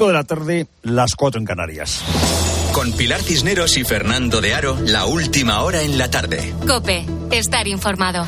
5 de la tarde, las 4 en Canarias. Con Pilar Cisneros y Fernando de Aro, la última hora en la tarde. COPE, estar informado.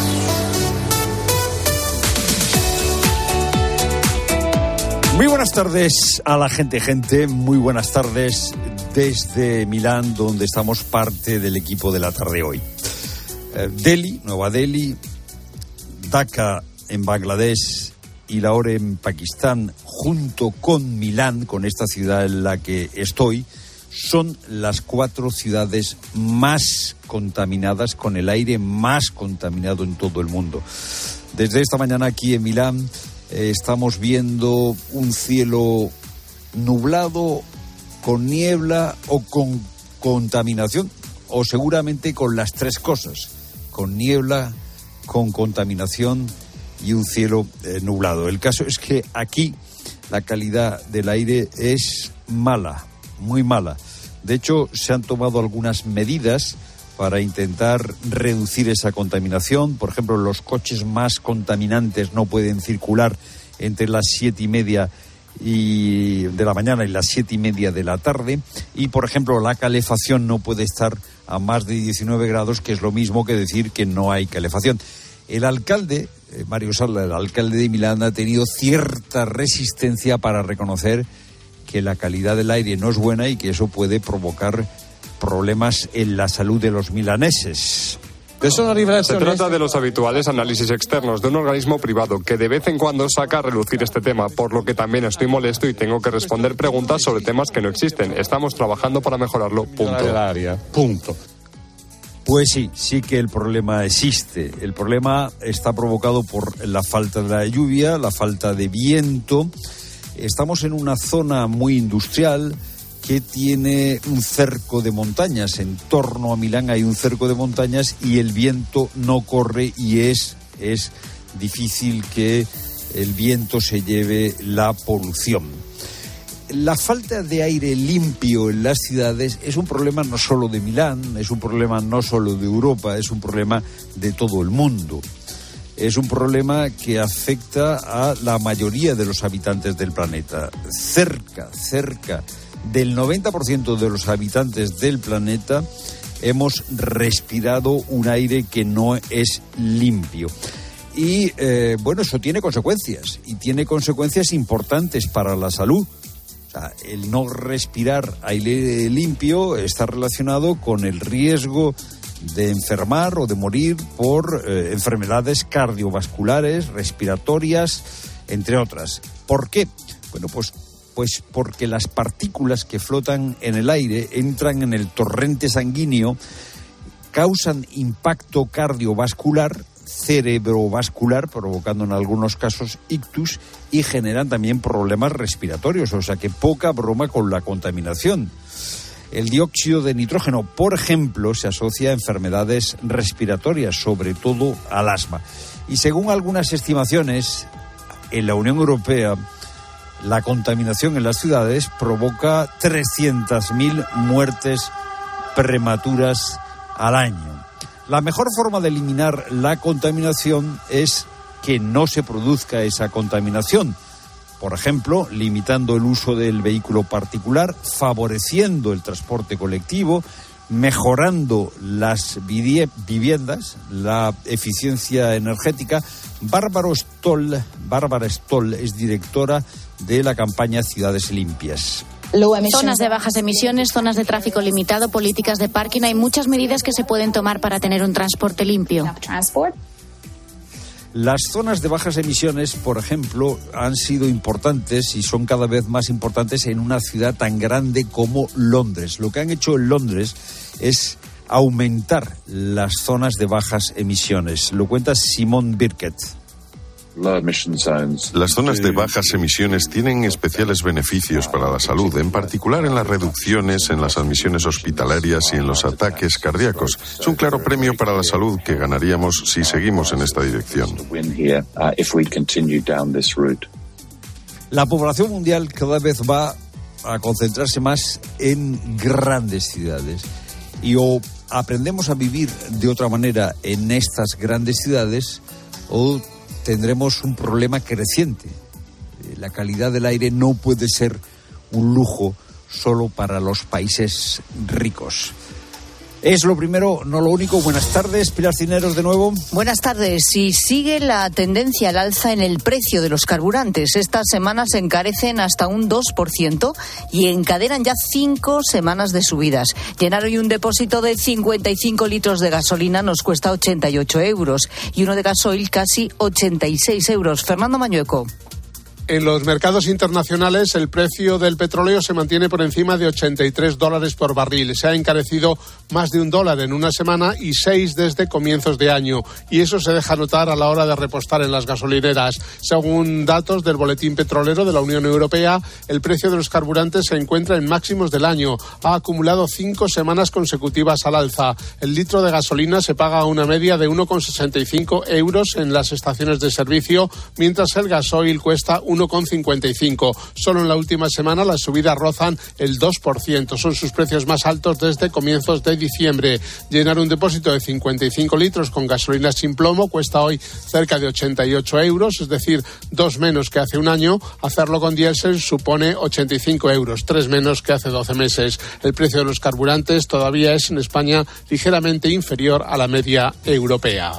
Muy buenas tardes a la gente, muy buenas tardes desde Milán, donde estamos parte del equipo de la tarde hoy. Delhi, Nueva Delhi, Dhaka en Bangladesh y Lahore en Pakistán, junto con Milán, con esta ciudad en la que estoy, son las 4 ciudades más contaminadas, con el aire más contaminado en todo el mundo. Desde esta mañana aquí en Milán estamos viendo un cielo nublado, con niebla o con contaminación, o seguramente con las 3 cosas, con niebla, con contaminación y un cielo nublado. El caso es que aquí la calidad del aire es mala, muy mala. De hecho, se han tomado algunas medidas para intentar reducir esa contaminación. Por ejemplo, los coches más contaminantes no pueden circular entre las 7:30 de la mañana y las 7:30 de la tarde. Y, por ejemplo, la calefacción no puede estar a más de 19 grados, que es lo mismo que decir que no hay calefacción. El alcalde, Mario Sala, el alcalde de Milán, ha tenido cierta resistencia para reconocer que la calidad del aire no es buena y que eso puede provocar problemas en la salud de los milaneses. Se trata de los habituales análisis externos de un organismo privado que de vez en cuando saca a relucir este tema, por lo que también estoy molesto y tengo que responder preguntas sobre temas que no existen. Estamos trabajando para mejorarlo, punto. Pues sí que el problema existe. El problema está provocado por la falta de la lluvia, la falta de viento. Estamos en una zona muy industrial que tiene un cerco de montañas. En torno a Milán hay un cerco de montañas y el viento no corre y es difícil que el viento se lleve la polución. La falta de aire limpio en las ciudades es un problema no solo de Milán, es un problema no solo de Europa, es un problema de todo el mundo. Es un problema que afecta a la mayoría de los habitantes del planeta. Cerca del 90% de los habitantes del planeta hemos respirado un aire que no es limpio. Y, eso tiene consecuencias, y tiene consecuencias importantes para la salud. O sea, el no respirar aire limpio está relacionado con el riesgo de enfermar o de morir por enfermedades cardiovasculares, respiratorias, entre otras. ¿Por qué? Bueno, pues porque las partículas que flotan en el aire entran en el torrente sanguíneo, causan impacto cardiovascular, cerebrovascular, provocando en algunos casos ictus, y generan también problemas respiratorios. O sea que poca broma con la contaminación. El dióxido de nitrógeno, por ejemplo, se asocia a enfermedades respiratorias, sobre todo al asma. Y según algunas estimaciones, en la Unión Europea, la contaminación en las ciudades provoca 300.000 muertes prematuras al año. La mejor forma de eliminar la contaminación es que no se produzca esa contaminación. Por ejemplo, limitando el uso del vehículo particular, favoreciendo el transporte colectivo, mejorando las viviendas, la eficiencia energética. Bárbara Stoll es directora de la campaña Ciudades Limpias. Zonas de bajas emisiones, zonas de tráfico limitado, políticas de parking. Hay muchas medidas que se pueden tomar para tener un transporte limpio. Las zonas de bajas emisiones, por ejemplo, han sido importantes y son cada vez más importantes en una ciudad tan grande como Londres. Lo que han hecho en Londres es aumentar las zonas de bajas emisiones. Lo cuenta Simon Birkett. Las zonas de bajas emisiones tienen especiales beneficios para la salud, en particular en las reducciones en las admisiones hospitalarias y en los ataques cardíacos. Es un claro premio para la salud que ganaríamos si seguimos en esta dirección. La población mundial cada vez va a concentrarse más en grandes ciudades. Y o aprendemos a vivir de otra manera en estas grandes ciudades o tendremos un problema creciente. La calidad del aire no puede ser un lujo solo para los países ricos. Es lo primero, no lo único. Buenas tardes, Pilar Cisneros de nuevo. Buenas tardes. Si sigue la tendencia al alza en el precio de los carburantes, estas semanas se encarecen hasta un 2% y encadenan ya 5 semanas de subidas. Llenar hoy un depósito de 55 litros de gasolina nos cuesta 88 euros y uno de gasoil casi 86 euros. Fernando Mañueco. En los mercados internacionales el precio del petróleo se mantiene por encima de $83 por barril. Se ha encarecido más de $1 en una semana y 6 desde comienzos de año. Y eso se deja notar a la hora de repostar en las gasolineras. Según datos del Boletín Petrolero de la Unión Europea, el precio de los carburantes se encuentra en máximos del año. Ha acumulado 5 semanas consecutivas al alza. El litro de gasolina se paga a una media de 1,65 euros en las estaciones de servicio, mientras el gasoil cuesta 1,55. Solo en la última semana las subidas rozan el 2%. Son sus precios más altos desde comienzos de diciembre. Llenar un depósito de 55 litros con gasolina sin plomo cuesta hoy cerca de 88 euros, es decir, 2 menos que hace un año. Hacerlo con diésel supone 85 euros, 3 menos que hace 12 meses. El precio de los carburantes todavía es en España ligeramente inferior a la media europea.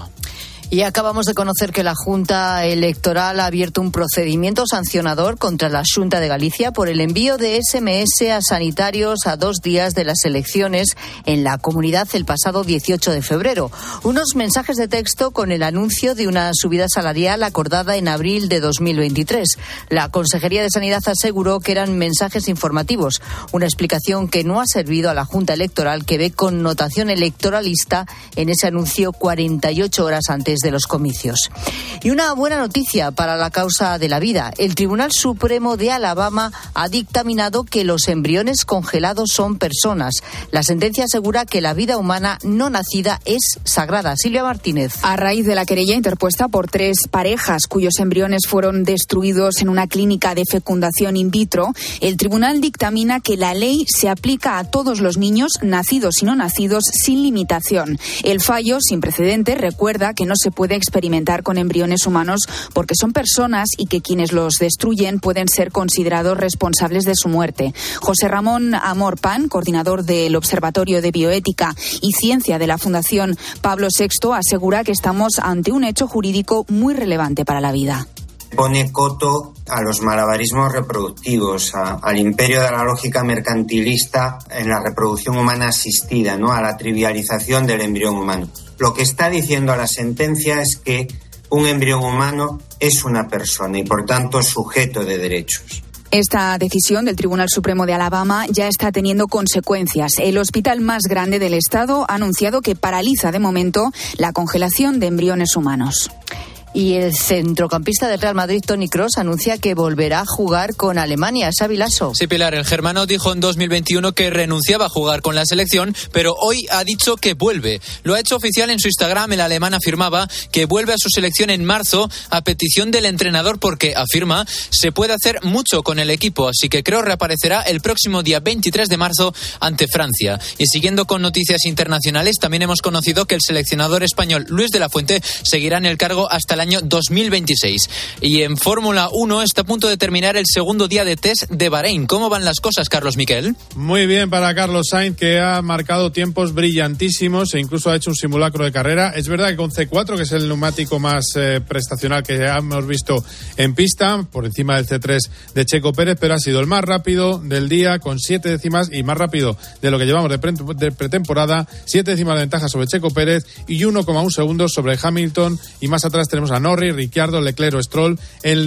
Y acabamos de conocer que la Junta Electoral ha abierto un procedimiento sancionador contra la Xunta de Galicia por el envío de SMS a sanitarios a 2 días de las elecciones en la comunidad el pasado 18 de febrero. Unos mensajes de texto con el anuncio de una subida salarial acordada en abril de 2023. La Consejería de Sanidad aseguró que eran mensajes informativos, una explicación que no ha servido a la Junta Electoral, que ve connotación electoralista en ese anuncio 48 horas antes de los comicios. Y una buena noticia para la causa de la vida. El Tribunal Supremo de Alabama ha dictaminado que los embriones congelados son personas. La sentencia asegura que la vida humana no nacida es sagrada. Silvia Martínez. A raíz de la querella interpuesta por 3 parejas cuyos embriones fueron destruidos en una clínica de fecundación in vitro, el tribunal dictamina que la ley se aplica a todos los niños, nacidos y no nacidos, sin limitación. El fallo, sin precedentes, recuerda que no se puede experimentar con embriones humanos porque son personas y que quienes los destruyen pueden ser considerados responsables de su muerte. José Ramón Amor Pan, coordinador del Observatorio de Bioética y Ciencia de la Fundación Pablo VI, asegura que estamos ante un hecho jurídico muy relevante para la vida. Pone coto a los malabarismos reproductivos, al imperio de la lógica mercantilista en la reproducción humana asistida, ¿no? A la trivialización del embrión humano. Lo que está diciendo la sentencia es que un embrión humano es una persona y, por tanto, sujeto de derechos. Esta decisión del Tribunal Supremo de Alabama ya está teniendo consecuencias. El hospital más grande del estado ha anunciado que paraliza de momento la congelación de embriones humanos. Y el centrocampista del Real Madrid, Toni Kroos, anuncia que volverá a jugar con Alemania. Xabi Lasso. Sí, Pilar, el germano dijo en 2021 que renunciaba a jugar con la selección, pero hoy ha dicho que vuelve. Lo ha hecho oficial en su Instagram. El alemán afirmaba que vuelve a su selección en marzo a petición del entrenador porque, afirma, se puede hacer mucho con el equipo. Así que Kroos reaparecerá el próximo día 23 de marzo ante Francia. Y siguiendo con noticias internacionales, también hemos conocido que el seleccionador español Luis de la Fuente seguirá en el cargo hasta el año 2026. Y en Fórmula 1 está a punto de terminar el segundo día de test de Bahrein. ¿Cómo van las cosas, Carlos Miquel? Muy bien para Carlos Sainz, que ha marcado tiempos brillantísimos e incluso ha hecho un simulacro de carrera. Es verdad que con C4, que es el neumático más prestacional que hemos visto en pista, por encima del C3 de Checo Pérez, pero ha sido el más rápido del día, con 7 décimas y más rápido de lo que llevamos de pretemporada, 7 décimas de ventaja sobre Checo Pérez y 1,1 segundos sobre Hamilton. Y más atrás tenemos a Norris, Ricciardo, Leclerc o Stroll.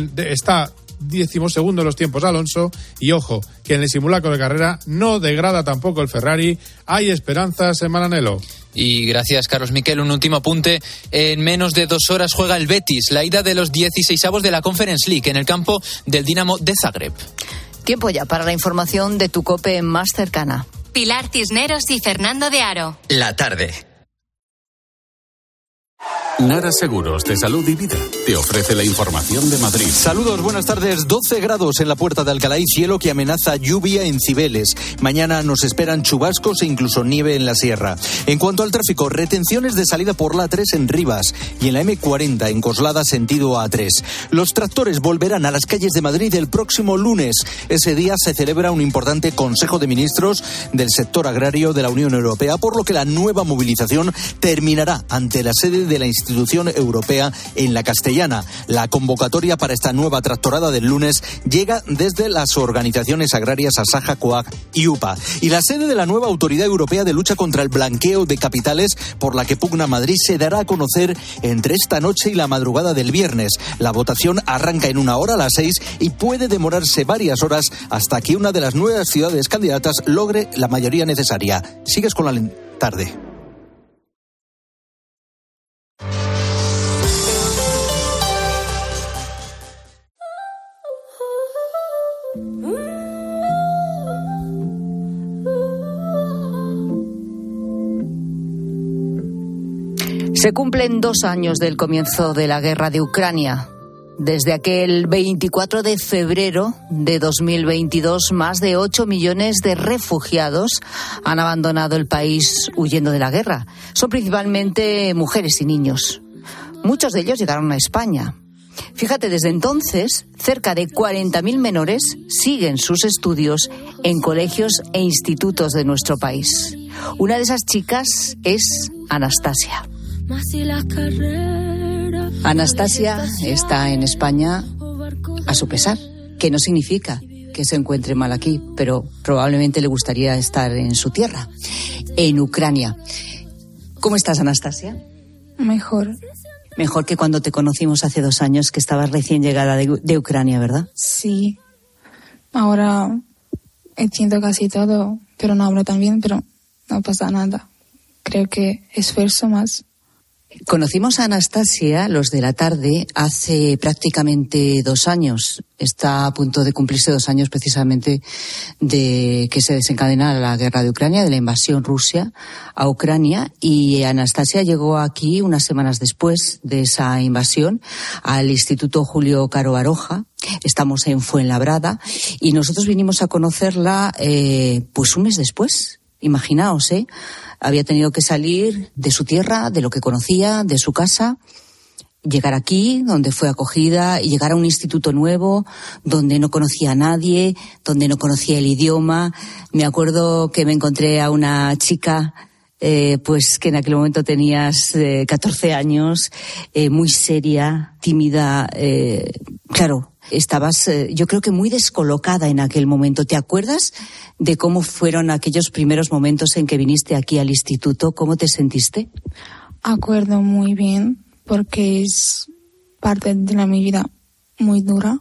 Está 12º los tiempos Alonso. Y ojo, que en el simulacro de carrera no degrada tampoco el Ferrari. Hay esperanzas en Maranello. Y gracias, Carlos Miquel. Un último apunte. En menos de 2 horas juega el Betis, la ida de los 16avos de la Conference League en el campo del Dinamo de Zagreb. Tiempo ya para la información de tu COPE más cercana. Pilar Cisneros y Fernando de Aro. La tarde. Nara Seguros de Salud y Vida te ofrece la información de Madrid. Saludos, buenas tardes. 12 grados en la Puerta de Alcalá y cielo que amenaza lluvia en Cibeles. Mañana nos esperan chubascos e incluso nieve en la sierra. En cuanto al tráfico, retenciones de salida por la A3 en Rivas y en la M40 en Coslada sentido A3. Los tractores volverán a las calles de Madrid el próximo lunes. Ese día se celebra un importante Consejo de Ministros del sector agrario de la Unión Europea, por lo que la nueva movilización terminará ante la sede de la institución europea en la Castellana. La convocatoria para esta nueva tractorada del lunes llega desde las organizaciones agrarias Asaja, Coag y UPA. Y la sede de la nueva Autoridad Europea de Lucha contra el Blanqueo de Capitales, por la que pugna Madrid, se dará a conocer entre esta noche y la madrugada del viernes. La votación arranca en 1 hora a las 6 y puede demorarse varias horas hasta que una de las nuevas ciudades candidatas logre la mayoría necesaria. Sigues con la tarde. Se cumplen 2 años del comienzo de la guerra de Ucrania. Desde aquel 24 de febrero de 2022, más de 8 millones de refugiados han abandonado el país huyendo de la guerra. Son principalmente mujeres y niños. Muchos de ellos llegaron a España. Fíjate, desde entonces, cerca de 40.000 menores siguen sus estudios en colegios e institutos de nuestro país. Una de esas chicas es Anastasia. Anastasia está en España a su pesar, que no significa que se encuentre mal aquí, pero probablemente le gustaría estar en su tierra, en Ucrania. ¿Cómo estás, Anastasia? Mejor. Mejor que cuando te conocimos hace 2 años, que estabas recién llegada de Ucrania, ¿verdad? Sí. Ahora entiendo casi todo, pero no hablo tan bien, pero no pasa nada. Creo que esfuerzo más. Conocimos a Anastasia, los de la tarde, hace prácticamente 2 años. Está a punto de cumplirse 2 años precisamente de que se desencadenara la guerra de Ucrania, de la invasión Rusia a Ucrania. Y Anastasia llegó aquí unas semanas después de esa invasión al Instituto Julio Caro Baroja. Estamos en Fuenlabrada y nosotros vinimos a conocerla pues un mes después. Imaginaos, había tenido que salir de su tierra, de lo que conocía, de su casa, llegar aquí, donde fue acogida, y llegar a un instituto nuevo, donde no conocía a nadie, donde no conocía el idioma. Me acuerdo que me encontré a una chica, pues que en aquel momento tenías 14 años, muy seria, tímida, claro. Estabas, yo creo que muy descolocada en aquel momento. ¿Te acuerdas de cómo fueron aquellos primeros momentos en que viniste aquí al instituto? ¿Cómo te sentiste? Acuerdo muy bien, porque es parte de mi vida muy dura.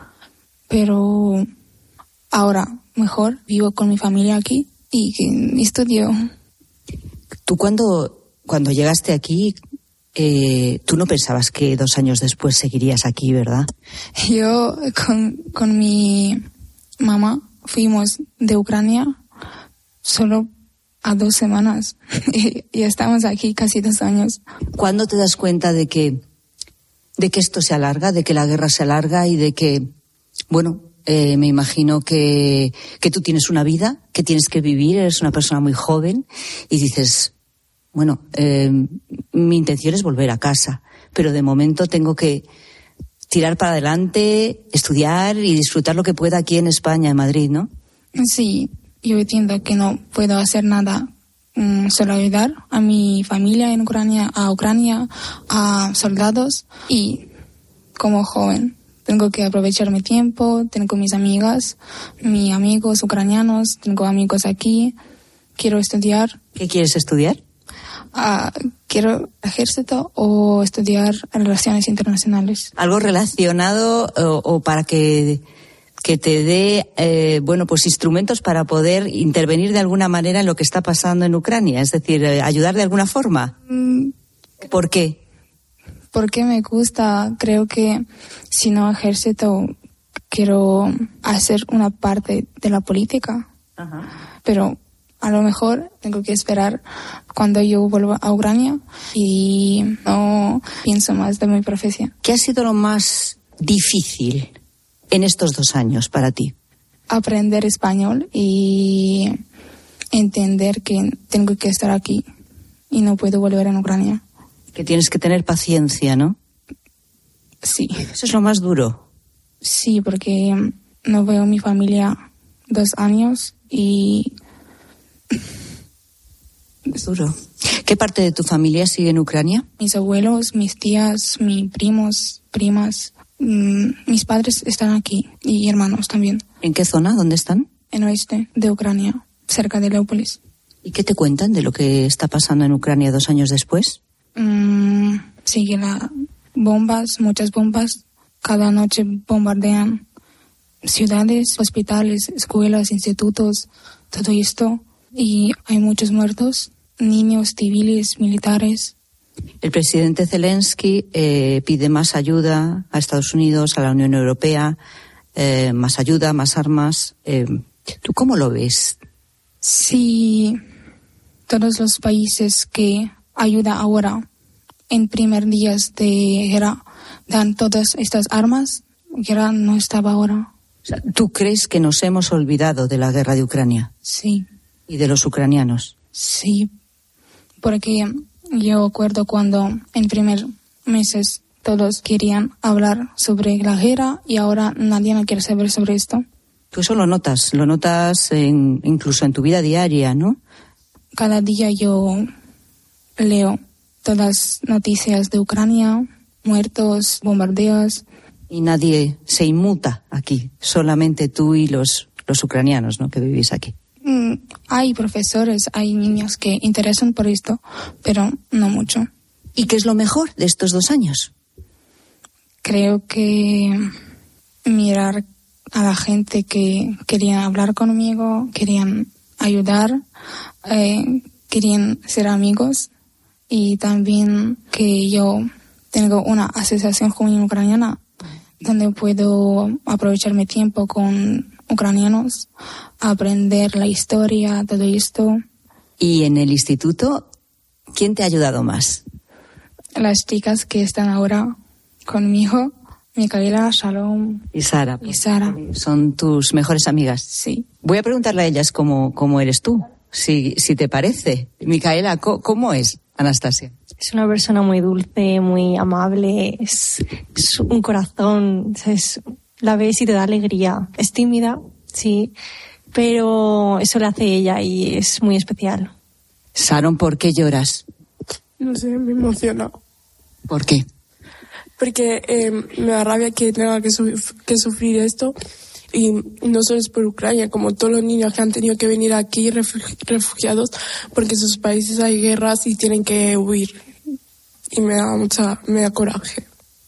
Pero ahora mejor vivo con mi familia aquí y estudio. Tú cuando llegaste aquí, tú no pensabas que 2 años después seguirías aquí, ¿verdad? Yo con mi mamá fuimos de Ucrania solo a 2 semanas y estamos aquí casi 2 años. ¿Cuándo te das cuenta de que esto se alarga, de que la guerra se alarga y de que, bueno, me imagino que tú tienes una vida, que tienes que vivir, eres una persona muy joven y dices, bueno, mi intención es volver a casa, pero de momento tengo que tirar para adelante, estudiar y disfrutar lo que pueda aquí en España, en Madrid, ¿no? Sí, yo entiendo que no puedo hacer nada, solo ayudar a mi familia en Ucrania, a soldados, y como joven tengo que aprovechar mi tiempo, tengo mis amigas, mis amigos ucranianos, tengo amigos aquí, quiero estudiar. ¿Qué quieres estudiar? Quiero ejército o estudiar relaciones internacionales. Algo relacionado o para que te dé, pues instrumentos para poder intervenir de alguna manera en lo que está pasando en Ucrania, es decir, ayudar de alguna forma. ¿Por qué? Porque me gusta, creo que si no ejército, quiero hacer una parte de la política. Ajá. Pero a lo mejor tengo que esperar cuando yo vuelva a Ucrania y no pienso más de mi profesión. ¿Qué ha sido lo más difícil en estos 2 años para ti? Aprender español y entender que tengo que estar aquí y no puedo volver a Ucrania. Que tienes que tener paciencia, ¿no? Sí. Eso es lo más duro. Sí, porque no veo a mi familia 2 años y... Es duro. ¿Qué parte de tu familia sigue en Ucrania? Mis abuelos, mis tías, mis primos, primas, mis padres están aquí y hermanos también. ¿En qué zona? ¿Dónde están? En oeste de Ucrania, cerca de Leópolis. ¿Y qué te cuentan de lo que está pasando en Ucrania 2 años después? Sigue bombas, muchas bombas. Cada noche bombardean ciudades, hospitales, escuelas, institutos, todo esto. Y hay muchos muertos, niños, civiles, militares. El presidente Zelensky pide más ayuda a Estados Unidos, a la Unión Europea, más ayuda, más armas. ¿Tú cómo lo ves? Sí, todos los países que ayudan ahora en primer días de guerra dan todas estas armas, guerra no estaba ahora. O sea, ¿tú crees que nos hemos olvidado de la guerra de Ucrania? Sí. ¿Y de los ucranianos? Sí, porque yo acuerdo cuando en primer meses todos querían hablar sobre la guerra y ahora nadie no quiere saber sobre esto. Tú eso lo notas incluso en tu vida diaria, ¿no? Cada día yo leo todas las noticias de Ucrania, muertos, bombardeos. Y nadie se inmuta aquí, solamente tú y los ucranianos, ¿no?, que vivís aquí. Hay profesores, hay niños que interesan por esto, pero no mucho. ¿Y qué es lo mejor de estos 2 años? Creo que mirar a la gente que querían hablar conmigo, querían ayudar, querían ser amigos, y también que yo tengo una asociación juvenil ucraniana donde puedo aprovechar mi tiempo con ucranianos, aprender la historia, todo esto. ¿Y en el instituto quién te ha ayudado más? Las chicas que están ahora conmigo, Micaela, Shalom y Sara. ¿Son tus mejores amigas? Sí. Voy a preguntarle a ellas cómo eres tú, si te parece. Micaela, ¿cómo es Anastasia? Es una persona muy dulce, muy amable, es un corazón, ¿sabes? La ves y te da alegría. Es tímida, sí, pero eso le hace ella y es muy especial. Sharon, ¿por qué lloras? No sé, me emociona. ¿Por qué? Porque me da rabia que tenga que sufrir esto, y no solo es por Ucrania, como todos los niños que han tenido que venir aquí refugiados porque en sus países hay guerras y tienen que huir, y me da coraje.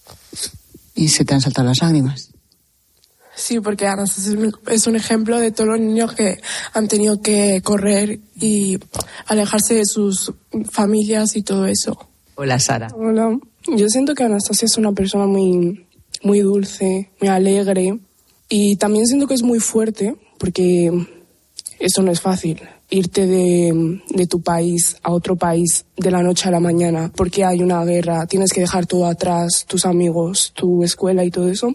¿Y se te han saltado las lágrimas? Sí, porque Anastasia es un ejemplo de todos los niños que han tenido que correr y alejarse de sus familias y todo eso. Hola, Sara. Hola. Yo siento que Anastasia es una persona muy, muy dulce, muy alegre, y también siento que es muy fuerte, porque eso no es fácil. Irte de tu país a otro país de la noche a la mañana porque hay una guerra, tienes que dejar todo atrás, tus amigos, tu escuela y todo eso.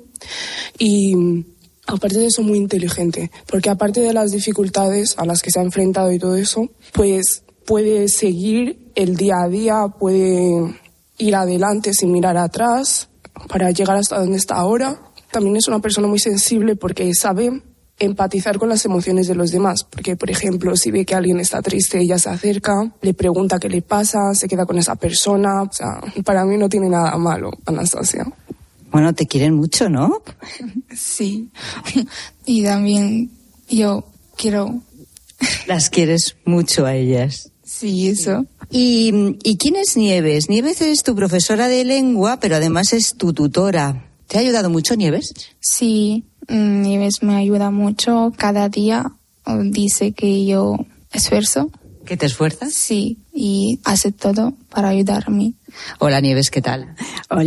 Y aparte de eso, muy inteligente, porque aparte de las dificultades a las que se ha enfrentado y todo eso, pues puede seguir el día a día, puede ir adelante sin mirar atrás para llegar hasta donde está ahora. También es una persona muy sensible porque sabe empatizar con las emociones de los demás, porque, por ejemplo, si ve que alguien está triste, ella se acerca, le pregunta qué le pasa, se queda con esa persona. O sea, para mí no tiene nada malo, Anastasia. Bueno, te quieren mucho, ¿no? Sí. Y también yo quiero... Las quieres mucho a ellas. Sí, eso. ¿Y quién es Nieves? Nieves es tu profesora de lengua, pero además es tu tutora. ¿Te ha ayudado mucho, Nieves? Sí, Nieves me ayuda mucho. Cada día dice que yo esfuerzo. ¿Que te esfuerzas? Sí, y hace todo para ayudarme. Hola, Nieves, ¿qué tal? Hola.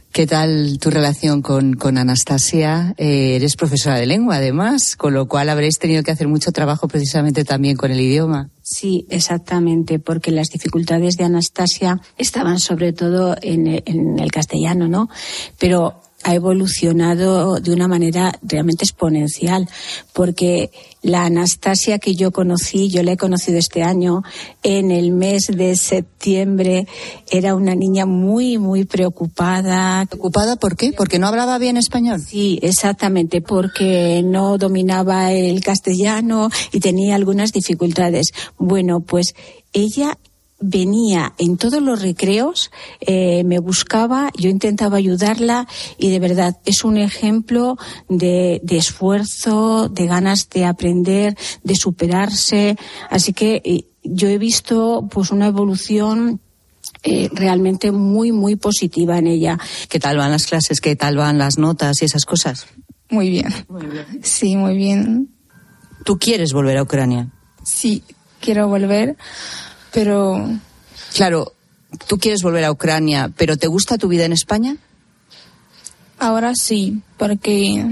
¿Qué tal tu relación con Anastasia? Eres profesora de lengua, además, con lo cual habréis tenido que hacer mucho trabajo precisamente también con el idioma. Sí, exactamente, porque las dificultades de Anastasia estaban sobre todo en el castellano, ¿no? Pero ha evolucionado de una manera realmente exponencial, porque la Anastasia que yo conocí, yo la he conocido este año, en el mes de septiembre, era una niña muy, muy preocupada. ¿Preocupada por qué? ¿Porque no hablaba bien español? Sí, exactamente, porque no dominaba el castellano y tenía algunas dificultades. Bueno, pues ella venía en todos los recreos, me buscaba, yo intentaba ayudarla y de verdad es un ejemplo de esfuerzo, de ganas de aprender, de superarse. Así que yo he visto pues una evolución realmente muy, muy positiva en ella. ¿Qué tal van las clases? ¿Qué tal van las notas y esas cosas? Muy bien. Muy bien. Sí, muy bien. ¿Tú quieres volver a Ucrania? Sí, quiero volver. Pero... Claro, tú quieres volver a Ucrania, pero ¿te gusta tu vida en España? Ahora sí, porque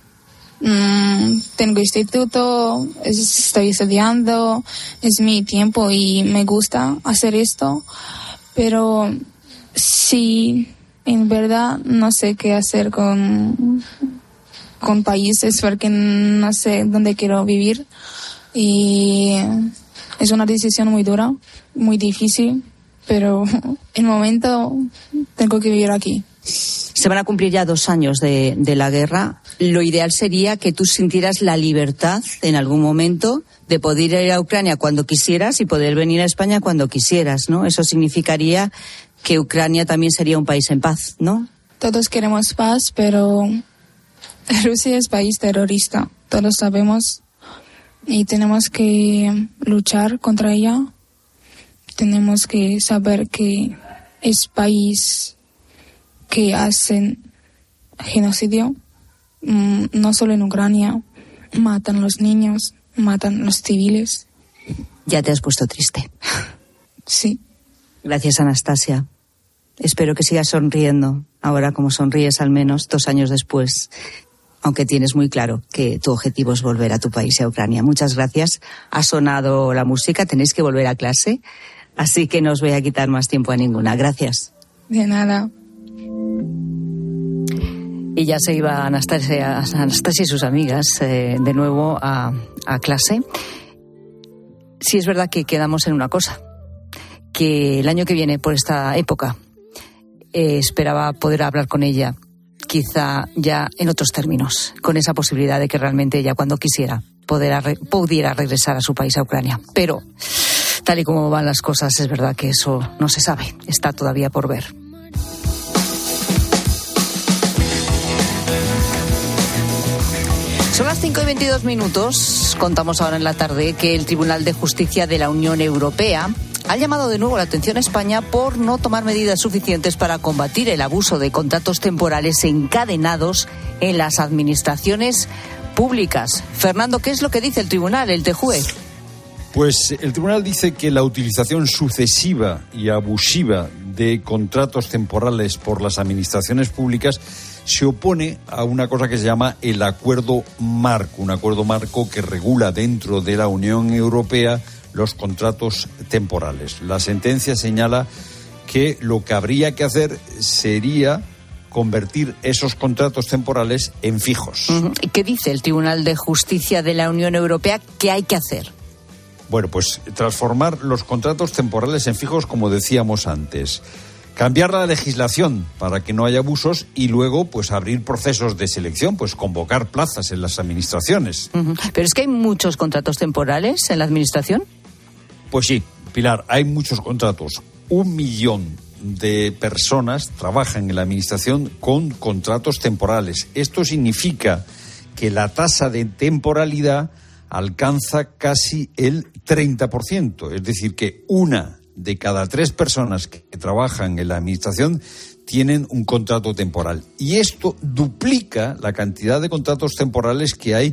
tengo instituto, estoy estudiando, es mi tiempo y me gusta hacer esto. Pero sí, en verdad no sé qué hacer con países porque no sé dónde quiero vivir. Y... es una decisión muy dura, muy difícil, pero en el momento tengo que vivir aquí. Se van a cumplir ya 2 años de la guerra. Lo ideal sería que tú sintieras la libertad en algún momento de poder ir a Ucrania cuando quisieras y poder venir a España cuando quisieras, ¿no? Eso significaría que Ucrania también sería un país en paz, ¿no? Todos queremos paz, pero Rusia es país terrorista, todos sabemos. Y tenemos que luchar contra ella. Tenemos que saber que es país que hacen genocidio. No solo en Ucrania. Matan a los niños, matan a los civiles. Ya te has puesto triste. Sí. Gracias, Anastasia. Espero que sigas sonriendo, ahora como sonríes al menos 2 años después. Aunque tienes muy claro que tu objetivo es volver a tu país y a Ucrania. Muchas gracias. Ha sonado la música, tenéis que volver a clase, así que no os voy a quitar más tiempo a ninguna. Gracias. De nada. Y ya se iba Anastasia y sus amigas de nuevo a clase. Sí es verdad que quedamos en una cosa, que el año que viene, por esta época, esperaba poder hablar con ella, quizá ya en otros términos, con esa posibilidad de que realmente ella, cuando quisiera, pudiera regresar a su país, a Ucrania. Pero, tal y como van las cosas, es verdad que eso no se sabe, está todavía por ver. Son las 5:22. Contamos ahora en la tarde que el Tribunal de Justicia de la Unión Europea ha llamado de nuevo la atención a España por no tomar medidas suficientes para combatir el abuso de contratos temporales encadenados en las administraciones públicas. Fernando, ¿qué es lo que dice el tribunal, el TJUE? Pues el tribunal dice que la utilización sucesiva y abusiva de contratos temporales por las administraciones públicas se opone a una cosa que se llama el acuerdo marco, un acuerdo marco que regula dentro de la Unión Europea los contratos temporales. La sentencia señala que lo que habría que hacer sería convertir esos contratos temporales en fijos. ¿Y qué dice el Tribunal de Justicia de la Unión Europea que hay que hacer? Bueno, pues transformar los contratos temporales en fijos, como decíamos antes. Cambiar la legislación para que no haya abusos y luego pues abrir procesos de selección, pues convocar plazas en las administraciones. Pero es que hay muchos contratos temporales en la administración. Pues sí, Pilar, hay muchos contratos. 1 millón de personas trabajan en la administración con contratos temporales. Esto significa que la tasa de temporalidad alcanza casi el 30%. Es decir, que 1 de cada 3 personas que trabajan en la administración tienen un contrato temporal. Y esto duplica la cantidad de contratos temporales que hay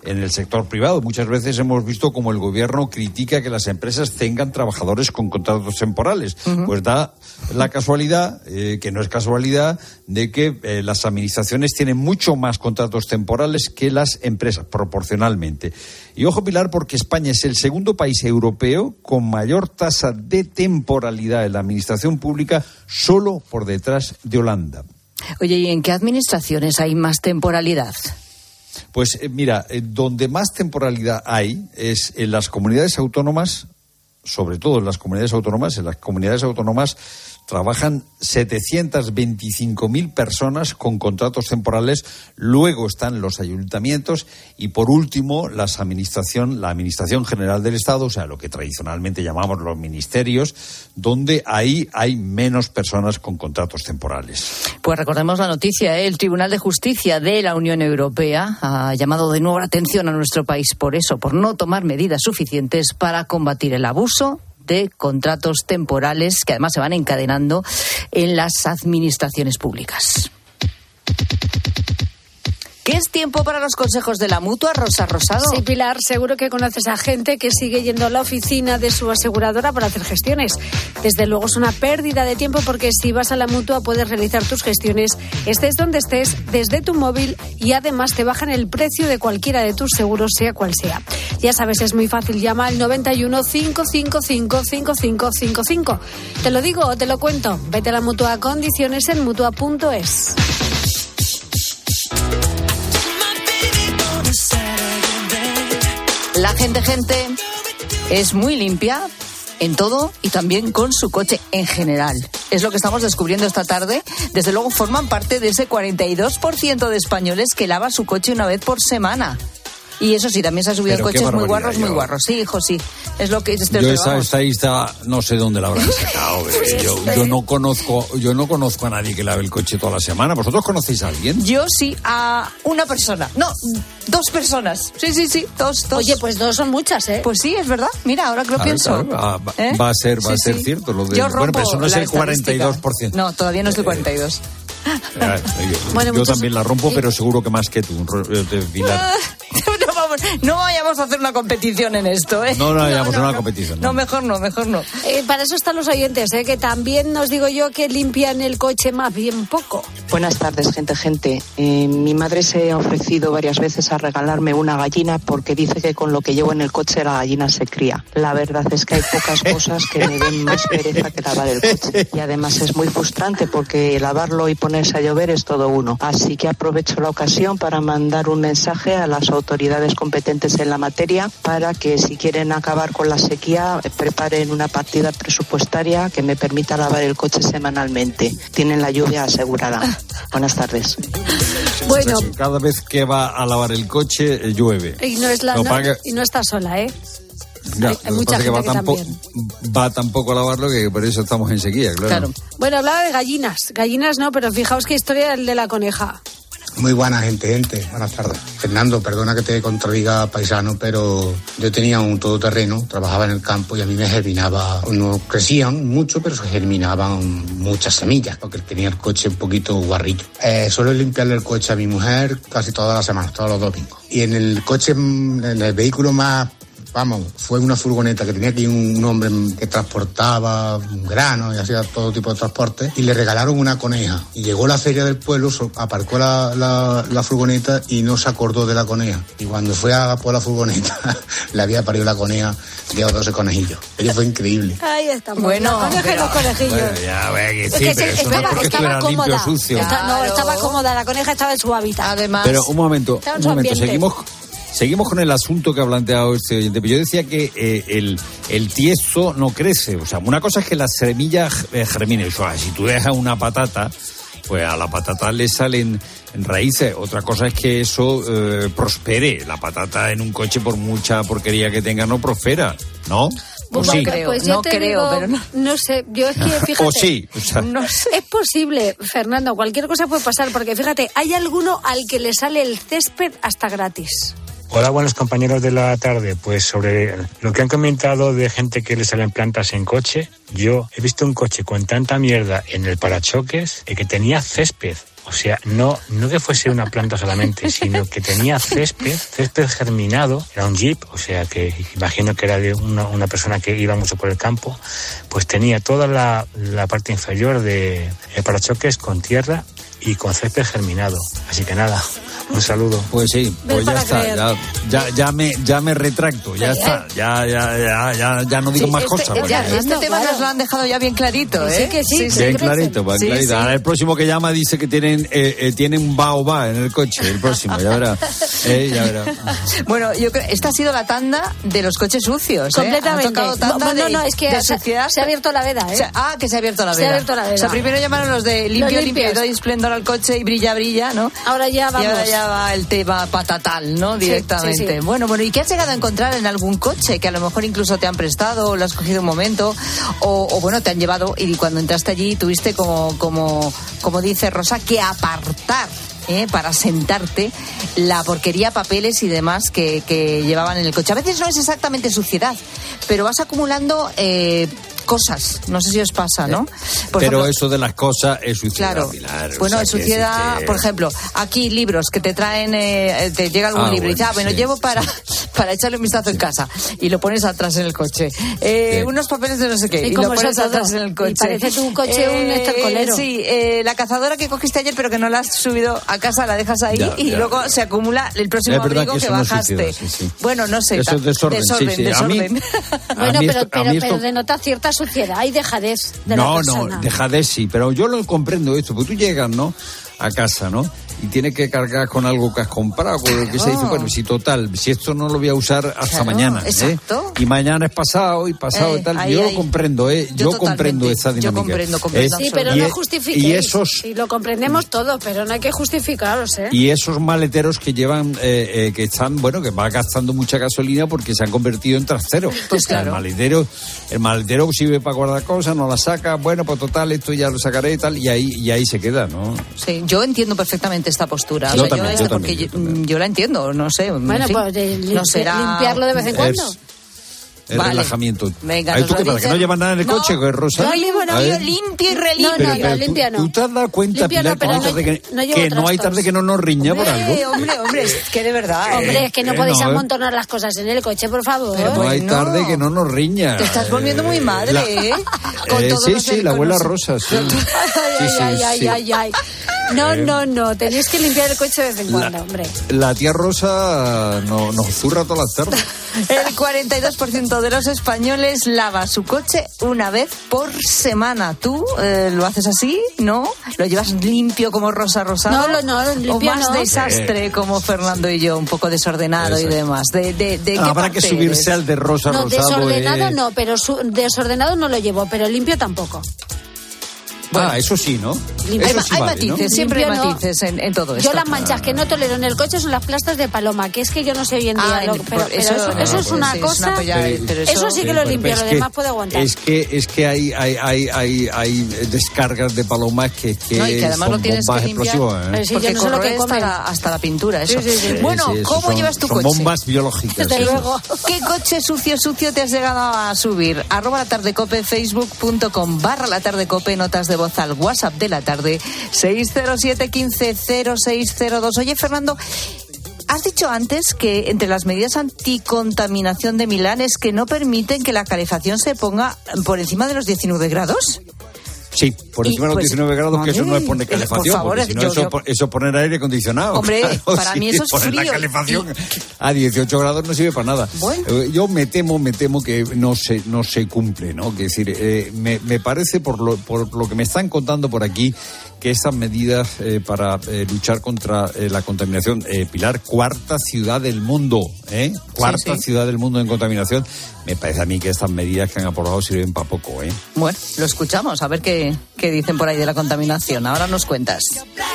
en el sector privado. Muchas veces hemos visto como el gobierno critica que las empresas tengan trabajadores con contratos temporales. Pues da la casualidad, que no es casualidad, de que las administraciones tienen mucho más contratos temporales que las empresas, proporcionalmente. Y ojo, Pilar, porque España es el segundo país europeo con mayor tasa de temporalidad en la administración pública, solo por detrás de Holanda. Oye, ¿y en qué administraciones hay más temporalidad? Pues mira, donde más temporalidad hay es en las comunidades autónomas, sobre todo en las comunidades autónomas. En las comunidades autónomas trabajan 725.000 personas con contratos temporales. Luego están los ayuntamientos y, por último, la Administración General del Estado, o sea, lo que tradicionalmente llamamos los ministerios, donde ahí hay menos personas con contratos temporales. Pues recordemos la noticia, el Tribunal de Justicia de la Unión Europea ha llamado de nuevo la atención a nuestro país por no tomar medidas suficientes para combatir el abuso de contratos temporales que además se van encadenando en las administraciones públicas. ¿Qué es tiempo para los consejos de la Mutua, Rosa Rosado? Sí, Pilar, seguro que conoces a gente que sigue yendo a la oficina de su aseguradora para hacer gestiones. Desde luego es una pérdida de tiempo porque si vas a la Mutua puedes realizar tus gestiones, estés donde estés, desde tu móvil, y además te bajan el precio de cualquiera de tus seguros, sea cual sea. Ya sabes, es muy fácil, llama al 91 555 5555. ¿Te lo digo o te lo cuento? Vete a la Mutua, condiciones en mutua.es. La gente es muy limpia en todo y también con su coche en general. Es lo que estamos descubriendo esta tarde. Desde luego forman parte de ese 42% de españoles que lava su coche una vez por semana. Y eso sí, también se ha subido en coches muy guarros. Sí, hijo, sí. Es lo que yo esa estadista no sé dónde la habrán sacado. Yo no conozco a nadie que lave el coche toda la semana. ¿Vosotros conocéis a alguien? Yo sí, a una persona. No, 2 personas. Sí, dos. Oye, pues 2 son muchas, ¿eh? Pues sí, es verdad. Mira, ahora que lo pienso. Claro, va a ser cierto. Lo de, bueno, pero eso no es el 42%. No, todavía no es el 42%. Yo también la rompo, pero seguro que más que tú, Pilar. No vayamos a hacer una competición en esto, ¿eh? No vayamos a una competición. No, mejor no. Para eso están los oyentes, que también nos digo yo que limpian el coche más bien poco. Buenas tardes, gente. Mi madre se ha ofrecido varias veces a regalarme una gallina porque dice que con lo que llevo en el coche la gallina se cría. La verdad es que hay pocas cosas que me den más pereza que lavar el coche. Y además es muy frustrante porque lavarlo y ponerse a llover es todo uno. Así que aprovecho la ocasión para mandar un mensaje a las autoridades competentes en la materia para que, si quieren acabar con la sequía, preparen una partida presupuestaria que me permita lavar el coche semanalmente. Tienen la lluvia asegurada. Buenas tardes. Bueno, cada vez que va a lavar el coche llueve. Y no está sola, ¿eh? Ya, hay mucha gente que también va tampoco a lavarlo, que por eso estamos en sequía, claro. Bueno, hablaba de gallinas no, pero fijaos qué historia el de la coneja. Muy buena gente. Buenas tardes. Fernando, perdona que te contradiga, paisano, pero yo tenía un todoterreno, trabajaba en el campo y a mí me germinaba, no crecían mucho, pero se germinaban muchas semillas, porque tenía el coche un poquito guarrito. Suelo limpiarle el coche a mi mujer casi todas las semanas, todos los domingos. Y en el coche, en el vehículo más... fue una furgoneta que tenía aquí un hombre que transportaba granos y hacía todo tipo de transporte, y le regalaron una coneja. Y llegó la feria del pueblo, aparcó la furgoneta y no se acordó de la coneja. Y cuando fue a por la furgoneta, le había parido la coneja, lleva 12 conejillos. Ello fue increíble. Ahí estamos. Bueno, la coneja y los conejillos. Bueno, estaba cómoda. Sucio. Estaba cómoda, la coneja estaba en su hábitat. Además, pero un momento, Seguimos con el asunto que ha planteado este oyente. Yo decía que el tiesto no crece. O sea, una cosa es que la semilla germine. O sea, si tú dejas una patata, pues a la patata le salen raíces. Otra cosa es que eso prospere. La patata en un coche, por mucha porquería que tenga, no prospera, ¿no? Pues sí. No creo, pero no sé, yo es que, fíjate, o sí, o sea, no sé. Es posible, Fernando, cualquier cosa puede pasar, porque fíjate, hay alguno al que le sale el césped hasta gratis. Hola, buenos compañeros de la tarde. Pues sobre lo que han comentado de gente que le salen plantas en coche, yo he visto un coche con tanta mierda en el parachoques que tenía césped. O sea, no que fuese una planta solamente, sino que tenía césped germinado. Era un Jeep, o sea que imagino que era de una persona que iba mucho por el campo. Pues tenía toda la parte inferior de parachoques con tierra y con césped germinado. Así que nada, un saludo. Pues sí, pues ya está, ya me retracto, ya está, ya no digo más cosas. Este tema nos lo han dejado ya bien clarito, ¿eh? Sí, que sí. Bien clarito, bien clarito. Sí. Ahora el próximo que llama dice que tienen un baobá en el coche, el próximo, ya verá. Bueno, yo creo esta ha sido la tanda de los coches sucios, completamente. Han tocado tanda No, es que de suciedad. Se ha abierto la veda, ¿eh? Que se ha abierto la veda. O sea, primero llamaron los de limpio, y doy esplendor al coche y brilla, ¿no? Ahora ya vamos. Y ahora ya va el tema patatal, ¿no? Directamente. Sí. Bueno, ¿y qué has llegado a encontrar en algún coche que a lo mejor incluso te han prestado o lo has cogido un momento o bueno, te han llevado y cuando entraste allí tuviste como dice Rosa, que apartar para sentarte la porquería, papeles y demás que llevaban en el coche? A veces no es exactamente suciedad, pero vas acumulando cosas, no sé si os pasa, ¿no? Pero ejemplo, eso de las cosas es suciedad, claro. Pilar, bueno, es suciedad, por ejemplo, aquí libros que te traen, te llega algún libro y dices, llevo para echarle un vistazo en casa y lo pones atrás en el coche. Unos papeles de no sé qué y lo pones atrás en el coche. Y parece tu coche un estercolero. Sí, la cazadora que cogiste ayer pero que no la has subido a casa, la dejas ahí y luego se acumula el próximo abrigo que bajaste. No es suciedad, sí. Bueno, no sé. Eso es desorden. Desorden. Bueno, pero denota cierta suciedad y dejadez de la persona. No, dejadez sí, pero yo lo comprendo esto, porque tú llegas, ¿no?, a casa, ¿no?, y tienes que cargar con algo que has comprado, con lo que se dice, bueno, si esto no lo voy a usar hasta mañana, exacto. Y mañana es pasado y tal, yo lo comprendo, yo comprendo esa dinámica. Yo comprendo. Sí, pero no justifiquéis. Y lo comprendemos todo, pero no hay que justificaros, Y esos maleteros que llevan, que están, bueno, que van gastando mucha gasolina porque se han convertido en trasteros. Pues claro. El maletero sirve para guardar cosas, no las saca, bueno, pues total, esto ya lo sacaré y tal, y ahí se queda, ¿no? Sí, yo entiendo perfectamente esta postura. Yo también. Yo la entiendo, no sé. Bueno, pues no será limpiarlo de vez en cuando. El relajamiento. Venga, ¿Tú qué pasa? ¿Que no llevas nada en el coche, Rosa? Yo limpio y relimpio. No, limpia no. ¿Tú te has dado cuenta, Pilar, que no hay tarde que no nos riña por algo? Hombre, es que de verdad. Hombre, es que no podéis amontonar las cosas en el coche, por favor. Pero no hay tarde que no nos riña. Te estás volviendo muy madre, Sí, la abuela Rosa, sí. Ay. No, tenéis que limpiar el coche de vez en cuando, hombre. La tía Rosa nos zurra todas las tardes. El 42% de los españoles lava su coche una vez por semana. ¿Tú lo haces así? ¿No? ¿Lo llevas limpio como Rosa Rosado? No, limpio. ¿O más desastre como Fernando y yo, un poco desordenado y demás? Habrá que subirse al de Rosa Rosado. Desordenado no, pero desordenado no lo llevo, pero limpio tampoco. Bueno, eso sí, ¿no? Hay matices, ¿no? Siempre hay matices en todo esto. Yo las manchas que no tolero en el coche son las plastas de paloma, que es que yo no sé hoy en día. Pero eso es una cosa. Eso sí que lo limpio, lo demás puedo aguantar. Es que hay descargas de palomas que además lo tienes que limpiar. Porque corroe hasta la pintura, eso. Bueno, ¿cómo llevas tu coche? Son bombas biológicas. Desde luego. ¿Qué coche sucio te has llegado a subir? @latardecope, facebook.com/latardecope, notas de voz al WhatsApp de la tarde, 607 15 0602. Oye, Fernando, has dicho antes que entre las medidas anticontaminación de Milán es que no permiten que la calefacción se ponga por encima de los 19 grados. Sí, por encima de los 19 grados, que eso no es poner calefacción, favor, porque si no eso es poner aire acondicionado. Hombre, claro, para mí eso es poner frío. La calefacción a 18 grados no sirve para nada. Bueno. Yo me temo que no se cumple, ¿no? Que decir, me parece por lo que me están contando por aquí, que estas medidas para luchar contra la contaminación, Pilar, cuarta ciudad del mundo, cuarta ciudad del mundo en contaminación, me parece a mí que estas medidas que han aprobado sirven para poco, Bueno, lo escuchamos, a ver qué dicen por ahí de la contaminación. Ahora nos cuentas.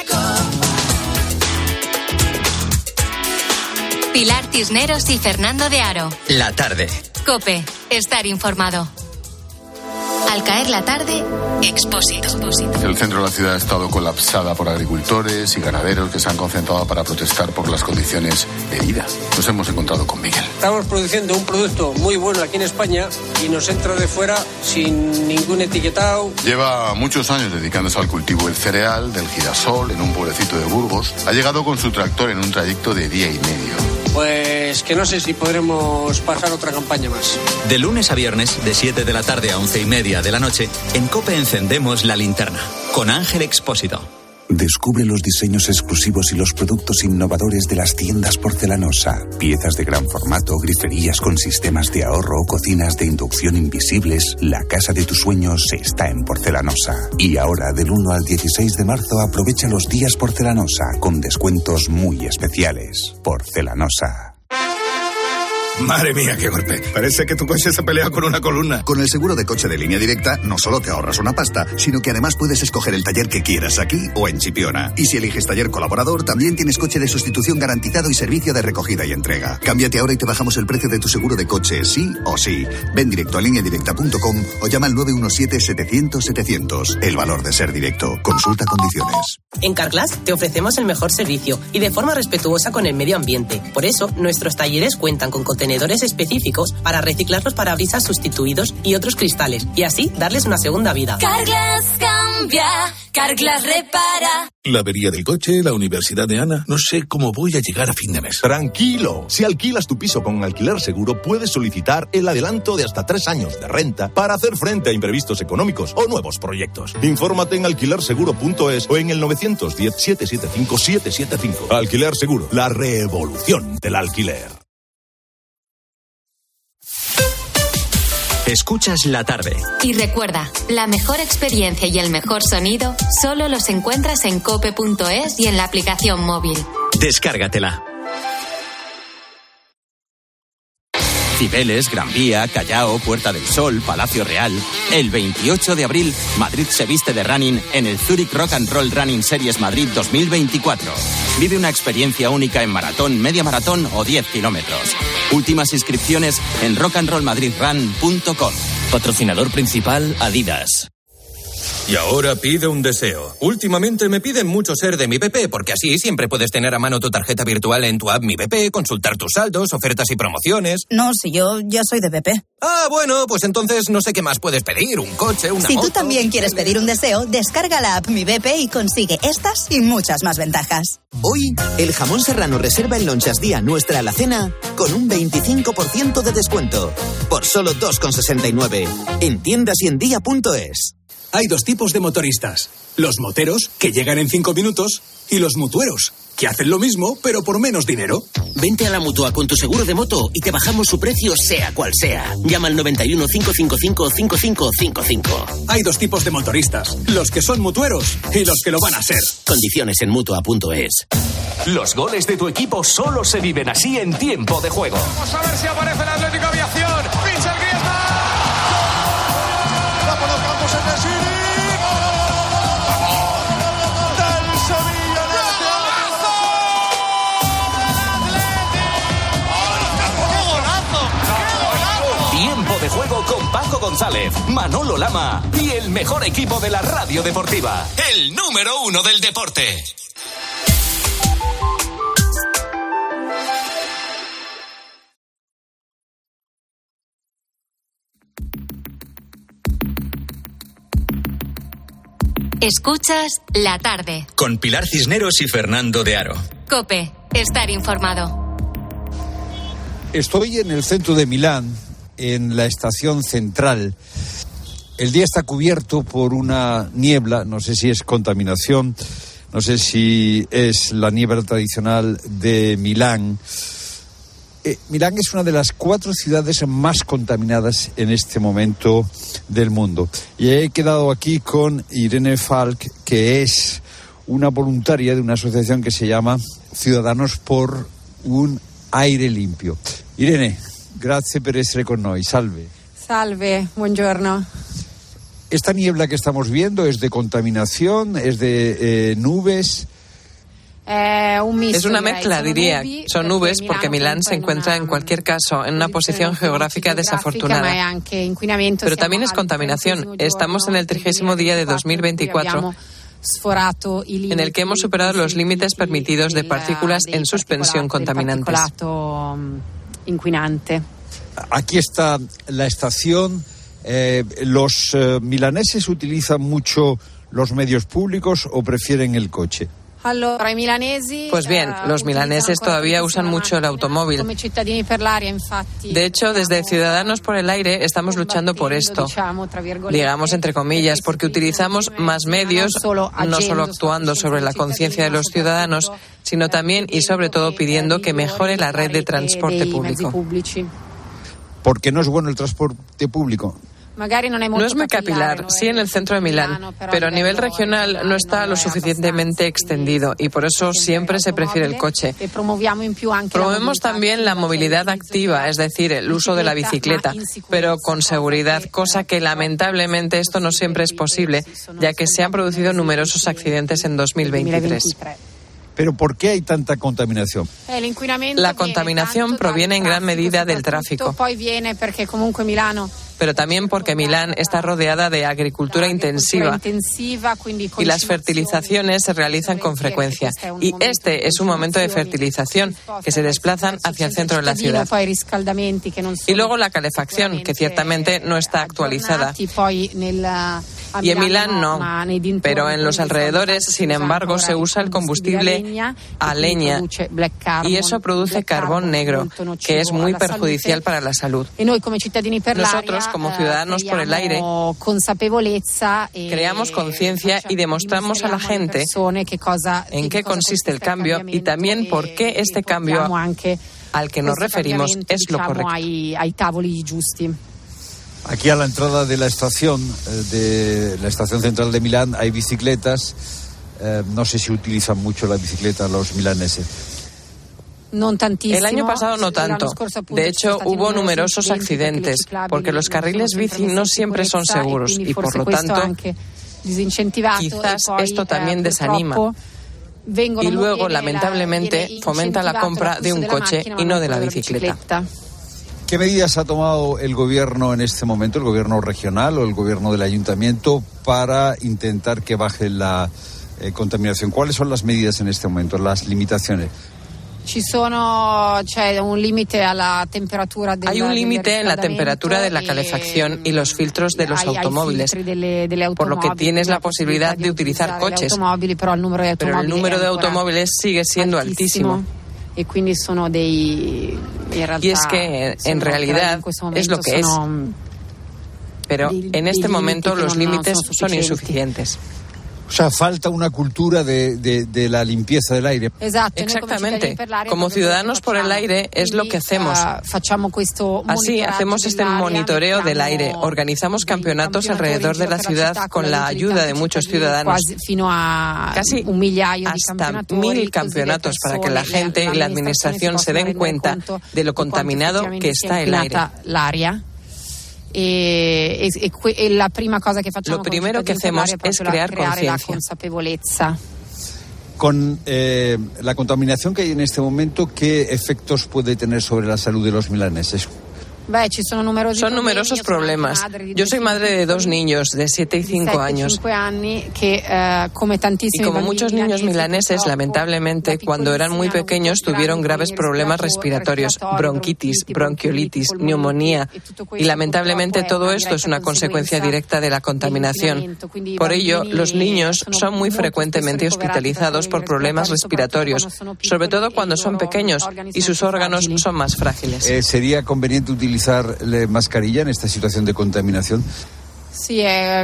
Pilar Cisneros y Fernando de Aro. La tarde. COPE, estar informado. Al caer la tarde, Expósito. El centro de la ciudad ha estado colapsada por agricultores y ganaderos que se han concentrado para protestar por las condiciones de vida. Nos hemos encontrado con Miguel. Estamos produciendo un producto muy bueno aquí en España y nos entra de fuera sin ningún etiquetado. Lleva muchos años dedicándose al cultivo del cereal, del girasol, en un pueblecito de Burgos. Ha llegado con su tractor en un trayecto de día y medio. Pues que no sé si podremos pasar otra campaña más. De lunes a viernes, de 7 de la tarde a 11:30 de la noche, en COPE encendemos la linterna. Con Ángel Expósito. Descubre los diseños exclusivos y los productos innovadores de las tiendas Porcelanosa. Piezas de gran formato, griferías con sistemas de ahorro, cocinas de inducción invisibles. La casa de tus sueños está en Porcelanosa. Y ahora, del 1 al 16 de marzo, aprovecha los días Porcelanosa con descuentos muy especiales. Porcelanosa. Madre mía, qué golpe. Parece que tu coche se pelea con una columna. Con el seguro de coche de Línea Directa, no solo te ahorras una pasta, sino que además puedes escoger el taller que quieras aquí o en Chipiona. Y si eliges taller colaborador, también tienes coche de sustitución garantizado y servicio de recogida y entrega. Cámbiate ahora y te bajamos el precio de tu seguro de coche, sí o sí. Ven directo a lineadirecta.com o llama al 917-700-700. El valor de ser directo. Consulta condiciones. En Carglass te ofrecemos el mejor servicio y de forma respetuosa con el medio ambiente. Por eso, nuestros talleres cuentan con contenedores específicos para reciclar los parabrisas sustituidos y otros cristales y así darles una segunda vida. Carglass cambia, Carglass repara. La avería del coche, la universidad de Ana. No sé cómo voy a llegar a fin de mes. Tranquilo. Si alquilas tu piso con Alquiler Seguro, puedes solicitar el adelanto de hasta 3 años de renta para hacer frente a imprevistos económicos o nuevos proyectos. Infórmate en alquilerseguro.es o en el 910-775-775. Alquiler Seguro, la revolución del alquiler. Escuchas la tarde. Y recuerda, la mejor experiencia y el mejor sonido solo los encuentras en cope.es y en la aplicación móvil. Descárgatela. Cibeles, Gran Vía, Callao, Puerta del Sol, Palacio Real. El 28 de abril, Madrid se viste de running en el Zurich Rock and Roll Running Series Madrid 2024. Vive una experiencia única en maratón, media maratón o 10 kilómetros. Últimas inscripciones en rockandrollmadridrun.com. Patrocinador principal, Adidas. Y ahora pide un deseo. Últimamente me piden mucho ser de Mi BP, porque así siempre puedes tener a mano tu tarjeta virtual en tu app Mi BP, consultar tus saldos, ofertas y promociones. No, si yo ya soy de BP. Ah, bueno, pues entonces no sé qué más puedes pedir, un coche, una moto... Si tú también quieres pedir un deseo, descarga la app Mi BP y consigue estas y muchas más ventajas. Hoy, el jamón serrano reserva en Lonchas Día Nuestra Alacena con un 25% de descuento. Por solo 2,69. En tiendas y en día.es. Hay dos tipos de motoristas. Los moteros, que llegan en 5 minutos, y los mutueros, que hacen lo mismo, pero por menos dinero. Vente a la Mutua con tu seguro de moto y te bajamos su precio sea cual sea. Llama al 91 555 5555. Hay dos tipos de motoristas. Los que son mutueros y los que lo van a ser. Condiciones en Mutua.es. Los goles de tu equipo solo se viven así en tiempo de juego. Vamos a ver si aparece el Atlético Aviación. Pincha el Griezmann. La colocamos en el City. Tiempo de juego con Paco González, Manolo Lama y el mejor equipo de la radio deportiva. El número 1 del deporte. Escuchas La Tarde. Con Pilar Cisneros y Fernando de Aro. COPE, estar informado. Estoy en el centro de Milán, en la estación central. El día está cubierto por una niebla, no sé si es contaminación, no sé si es la niebla tradicional de Milán. Milán es una de las 4 ciudades más contaminadas en este momento del mundo. Y he quedado aquí con Irene Falk, que es una voluntaria de una asociación que se llama Ciudadanos por un Aire Limpio. Irene, grazie per essere con noi. Salve. Salve, buongiorno. Esta niebla que estamos viendo es de contaminación, es de nubes. Es una mezcla, diría. Son nubes porque Milán se encuentra en cualquier caso en una posición geográfica desafortunada. Pero también es contaminación. Estamos en el 30º día de 2024 en el que hemos superado los límites permitidos de partículas en suspensión contaminantes. Aquí está la estación. ¿Los milaneses utilizan mucho los medios públicos o prefieren el coche? Pues bien, los milaneses todavía usan mucho el automóvil. De hecho, desde Ciudadanos por el Aire estamos luchando por esto. Digamos entre comillas, porque utilizamos más medios, no solo actuando sobre la conciencia de los ciudadanos, sino también y sobre todo pidiendo que mejore la red de transporte público. ¿Por qué no es bueno el transporte público? No es muy capilar, sí en el centro de Milán, pero a nivel regional no está lo suficientemente extendido y por eso siempre se prefiere el coche. Promovemos también la movilidad activa, es decir, el uso de la bicicleta, pero con seguridad, cosa que lamentablemente esto no siempre es posible, ya que se han producido numerosos accidentes en 2023. ¿Pero por qué hay tanta contaminación? La contaminación proviene en gran medida del tráfico, pero también porque Milán está rodeada de agricultura intensiva y las fertilizaciones se realizan con frecuencia. Y este es un momento de fertilización que se desplazan hacia el centro de la ciudad. Y luego la calefacción, que ciertamente no está actualizada. Y en Milán no, pero en los alrededores, sin embargo, se usa el combustible a leña y eso produce carbón negro, que es muy perjudicial para la salud. Nosotros, como Ciudadanos por el Aire, creamos conciencia y demostramos a la gente en qué consiste el cambio y también por qué este cambio al que nos referimos es lo correcto. Aquí a la entrada de la estación central de Milán, hay bicicletas. No sé si utilizan mucho la bicicleta los milaneses. El año pasado no tanto. De hecho, hubo numerosos accidentes, porque los carriles bici no siempre son seguros y, por lo tanto, quizás esto también desanima. Y luego, lamentablemente, fomenta la compra de un coche y no de la bicicleta. ¿Qué medidas ha tomado el gobierno en este momento, el gobierno regional o el gobierno del ayuntamiento, para intentar que baje la contaminación? ¿Cuáles son las medidas en este momento, las limitaciones? Hay un límite en la temperatura de la calefacción y los filtros de los automóviles, por lo que tienes la posibilidad de utilizar coches, pero el número de automóviles sigue siendo altísimo. Y es que en realidad es lo que es. Pero en este momento los límites son insuficientes. O sea, falta una cultura de la limpieza del aire. Exactamente. Como Ciudadanos por el Aire es lo que hacemos. Así hacemos este monitoreo del aire. Organizamos campeonatos alrededor de la ciudad con la ayuda de muchos ciudadanos. Casi hasta 1.000 campeonatos para que la gente y la administración se den cuenta de lo contaminado que está el aire. Lo primero que hacemos es crear conciencia. Con la contaminación que hay en este momento, ¿qué efectos puede tener sobre la salud de los milaneses? Son numerosos problemas. Yo soy madre de 2 niños de 7 y 5 años. Y como muchos niños milaneses, lamentablemente, cuando eran muy pequeños tuvieron graves problemas respiratorios, bronquitis, bronquiolitis, neumonía. Y lamentablemente todo esto es una consecuencia directa de la contaminación. Por ello, los niños son muy frecuentemente hospitalizados por problemas respiratorios, sobre todo cuando son pequeños y sus órganos son más frágiles. ¿Sería conveniente utilizar mascarilla en esta situación de contaminación? Sí,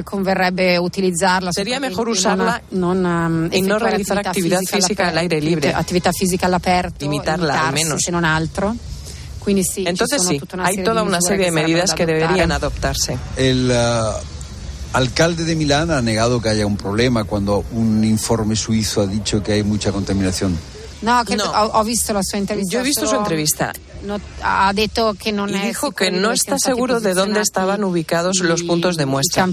sería mejor usarla y no realizar actividad física al aire libre. Limitarla al menos. Entonces sí, hay toda una serie de medidas que deberían adoptarse. El alcalde de Milán ha negado que haya un problema cuando un informe suizo ha dicho que hay mucha contaminación. Yo he visto su entrevista dijo que no está seguro de dónde estaban ubicados los puntos de muestra.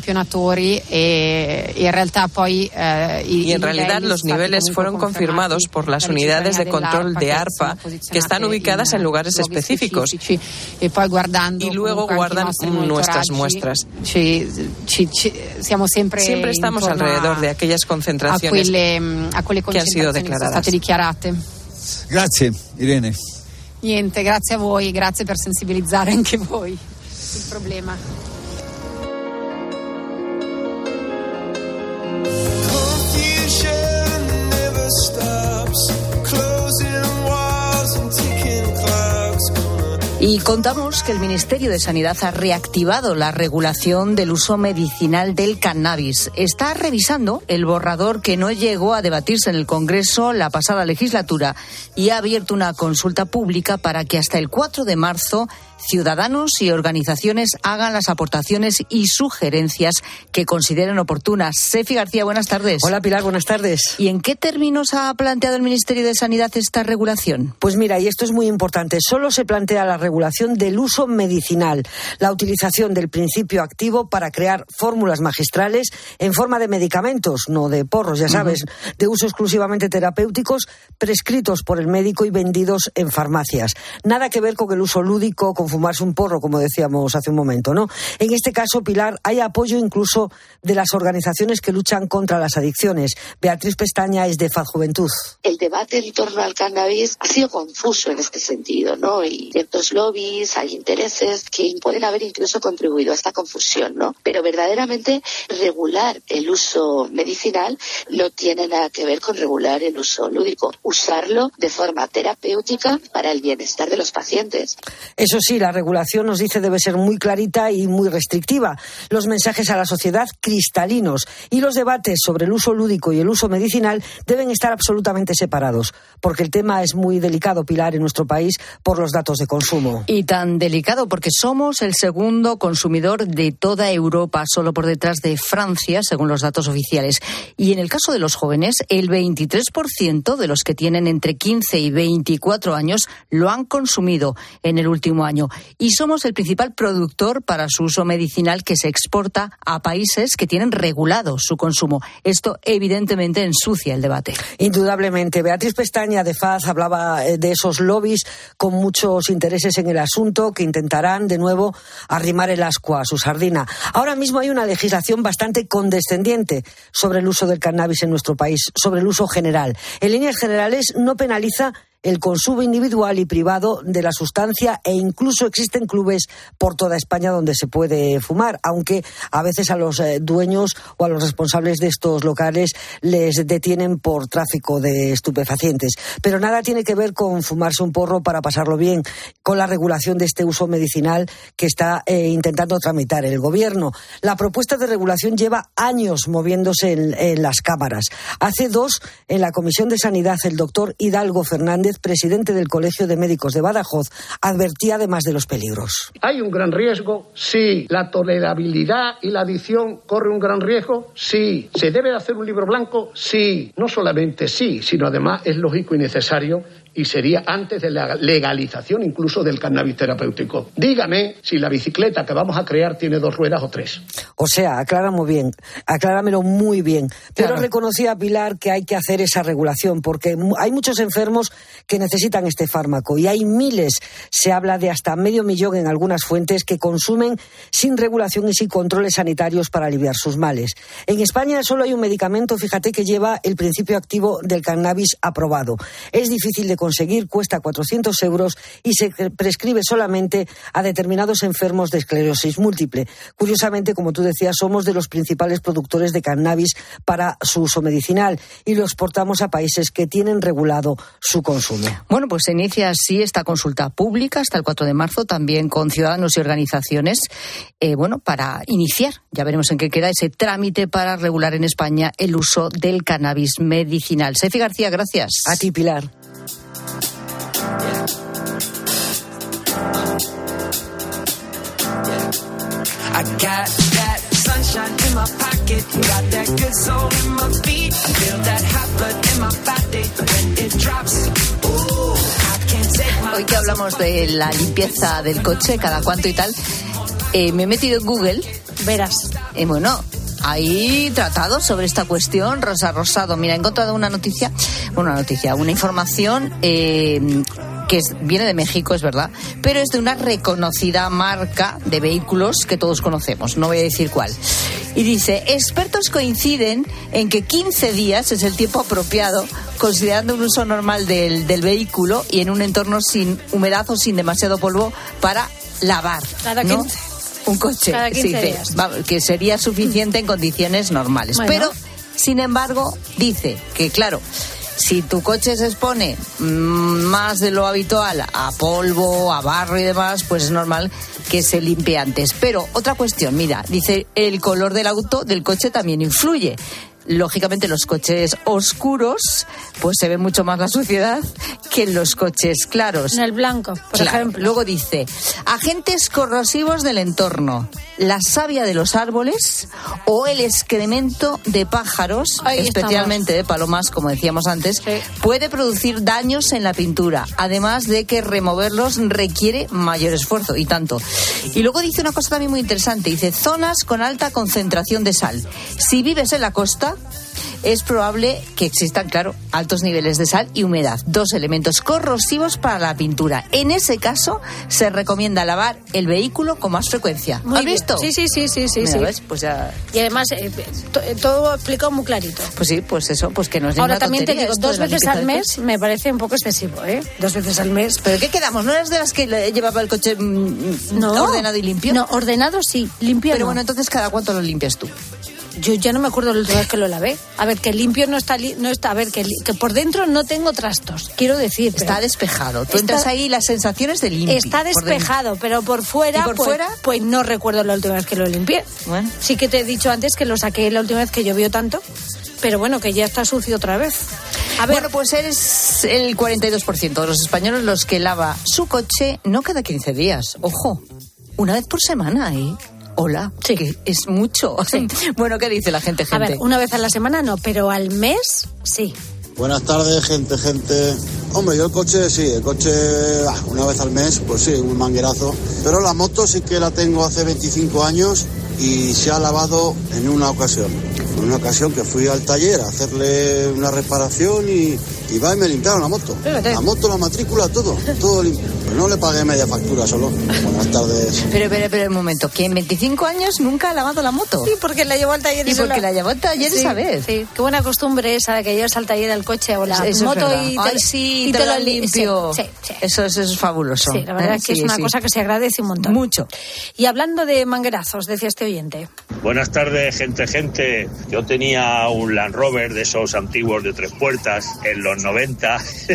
Y en realidad los niveles fueron confirmados por las unidades de control de ARPA, que están ubicadas en lugares específicos y luego guardan nuestras muestras. Siempre estamos alrededor de aquellas concentraciones que han sido declaradas. Grazie, Irene. Niente, grazie a voi, grazie per sensibilizzare anche voi sul problema. Y contamos que el Ministerio de Sanidad ha reactivado la regulación del uso medicinal del cannabis. Está revisando el borrador que no llegó a debatirse en el Congreso la pasada legislatura y ha abierto una consulta pública para que hasta el 4 de marzo ciudadanos y organizaciones hagan las aportaciones y sugerencias que consideren oportunas. Sefi García, buenas tardes. Hola Pilar, buenas tardes. ¿Y en qué términos ha planteado el Ministerio de Sanidad esta regulación? Pues mira, y esto es muy importante, solo se plantea la regulación del uso medicinal, la utilización del principio activo para crear fórmulas magistrales en forma de medicamentos, no de porros, ya sabes, de uso exclusivamente terapéuticos, prescritos por el médico y vendidos en farmacias. Nada que ver con el uso lúdico, con fumarse un porro, como decíamos hace un momento, ¿no? En este caso, Pilar, hay apoyo incluso de las organizaciones que luchan contra las adicciones. Beatriz Pestaña es de FAD Juventud. El debate en torno al cannabis ha sido confuso en este sentido, ¿no? Y ciertos lobbies, hay intereses que pueden haber incluso contribuido a esta confusión, ¿no? Pero verdaderamente regular el uso medicinal no tiene nada que ver con regular el uso lúdico. Usarlo de forma terapéutica para el bienestar de los pacientes. Eso sí, la regulación, nos dice, debe ser muy clarita y muy restrictiva. Los mensajes a la sociedad cristalinos y los debates sobre el uso lúdico y el uso medicinal deben estar absolutamente separados, porque el tema es muy delicado, Pilar, en nuestro país por los datos de consumo. Y tan delicado porque somos el segundo consumidor de toda Europa, solo por detrás de Francia, según los datos oficiales. Y en el caso de los jóvenes, el 23% de los que tienen entre 15 y 24 años lo han consumido en el último año. Y somos el principal productor para su uso medicinal que se exporta a países que tienen regulado su consumo. Esto evidentemente ensucia el debate. Indudablemente. Beatriz Pestaña de FAD hablaba de esos lobbies con muchos intereses en el asunto que intentarán de nuevo arrimar el ascua a su sardina. Ahora mismo hay una legislación bastante condescendiente sobre el uso del cannabis en nuestro país, sobre el uso general. En líneas generales no penaliza el consumo individual y privado de la sustancia e incluso existen clubes por toda España donde se puede fumar, aunque a veces a los dueños o a los responsables de estos locales les detienen por tráfico de estupefacientes. Pero nada tiene que ver con fumarse un porro para pasarlo bien, con la regulación de este uso medicinal que está intentando tramitar el Gobierno. La propuesta de regulación lleva años moviéndose en las cámaras. Hace 2, en la Comisión de Sanidad, el doctor Hidalgo Fernández, presidente del Colegio de Médicos de Badajoz, advertía además de los peligros. ¿Hay un gran riesgo? Sí. ¿La tolerabilidad y la adicción corre un gran riesgo? Sí. ¿Se debe hacer un libro blanco? Sí. No solamente sí, sino además es lógico y necesario y sería antes de la legalización incluso del cannabis terapéutico. Dígame si la bicicleta que vamos a crear tiene 2 ruedas o 3. O sea, acláramelo muy bien. Pero reconocía Pilar que hay que hacer esa regulación porque hay muchos enfermos que necesitan este fármaco y hay miles, se habla de hasta 500.000 en algunas fuentes, que consumen sin regulación y sin controles sanitarios para aliviar sus males. En España solo hay un medicamento, fíjate, que lleva el principio activo del cannabis aprobado. Es difícil de conseguir, cuesta 400 euros y se prescribe solamente a determinados enfermos de esclerosis múltiple. Curiosamente, como tú decías, somos de los principales productores de cannabis para su uso medicinal y lo exportamos a países que tienen regulado su consumo. Bueno, pues se inicia así esta consulta pública hasta el 4 de marzo, también con ciudadanos y organizaciones, para iniciar, ya veremos en qué queda ese trámite para regular en España el uso del cannabis medicinal. Sefi García, gracias. A ti, Pilar. I got that sunshine in my pocket, got that good soul in my feet. I feel that hot blood in my body when it drops. Ooh, I can't take my hoy que hablamos de la limpieza del coche, cada cuánto y tal, me he metido en Google. Verás. Bueno, hay tratados sobre esta cuestión. Rosa Rosado, mira, he encontrado una información que viene de México, es verdad, pero es de una reconocida marca de vehículos que todos conocemos, no voy a decir cuál. Y dice, expertos coinciden en que 15 días es el tiempo apropiado, considerando un uso normal del vehículo y en un entorno sin humedad o sin demasiado polvo para lavar. Cada 15. ¿No? Un coche, cada 15 días. Que sería suficiente en condiciones normales. Bueno. Pero, sin embargo, dice que, claro, si tu coche se expone más de lo habitual a polvo, a barro y demás, pues es normal que se limpie antes. Pero otra cuestión, mira, dice, el color del coche también influye. Lógicamente, los coches oscuros, pues se ve mucho más la suciedad que en los coches claros. En el blanco, por ejemplo. Luego dice, agentes corrosivos del entorno, la savia de los árboles o el excremento de pájaros, especialmente de palomas, como decíamos antes, puede producir daños en la pintura, además de que removerlos requiere mayor esfuerzo, y tanto. Y luego dice una cosa también muy interesante, dice, zonas con alta concentración de sal. Si vives en la costa, es probable que existan, claro, altos niveles de sal y humedad, dos elementos corrosivos para la pintura. En ese caso, se recomienda lavar el vehículo con más frecuencia. ¿Has visto? Sí. Mira, ¿ves? Pues ya... Y además, todo explicado muy clarito. Pues sí, pues eso, pues que nos den Ahora una también te tontería. digo, 2 veces al mes me parece un poco excesivo, ¿eh? 2 veces al mes. ¿Pero qué quedamos? ¿No eras de las que llevaba el coche ordenado y limpio? No, ordenado sí, limpio Pero no. bueno, entonces, ¿cada cuánto lo limpias tú? Yo ya no me acuerdo la última vez que lo lavé. A ver, que limpio no está, a ver, que por dentro no tengo trastos, quiero decir. Está despejado. Tú entras ahí y las sensaciones de limpio. Está despejado, pero por fuera, pues no recuerdo la última vez que lo limpié. Bueno. Sí que te he dicho antes que lo saqué la última vez que llovió tanto, pero bueno, que ya está sucio otra vez. A ver, bueno, pues eres el 42% de los españoles los que lava su coche no cada 15 días. Ojo, una vez por semana, ¿eh? Hola, sí. Que es mucho. Sí. Bueno, ¿qué dice la gente? A ver, una vez a la semana no, pero al mes sí. Buenas tardes, gente. Hombre, yo el coche, una vez al mes, pues sí, un manguerazo. Pero la moto sí que la tengo hace 25 años y se ha lavado en una ocasión. En una ocasión que fui al taller a hacerle una reparación y me limpiaron la moto. Fíjate. La moto, la matrícula, todo limpio. Pues no le pagué media factura solo. Buenas tardes. Pero un momento, que en 25 años nunca ha lavado la moto. Sí, porque la llevó al taller esa vez. Sí, qué buena costumbre esa de que llevas al taller el coche o la moto y te lo limpio. Sí. Eso es fabuloso. Sí, la verdad es que es una cosa que se agradece un montón. Mucho. Y hablando de manguerazos, decía este oyente. Buenas tardes, gente. Yo tenía un Land Rover de esos antiguos de 3 puertas en los 90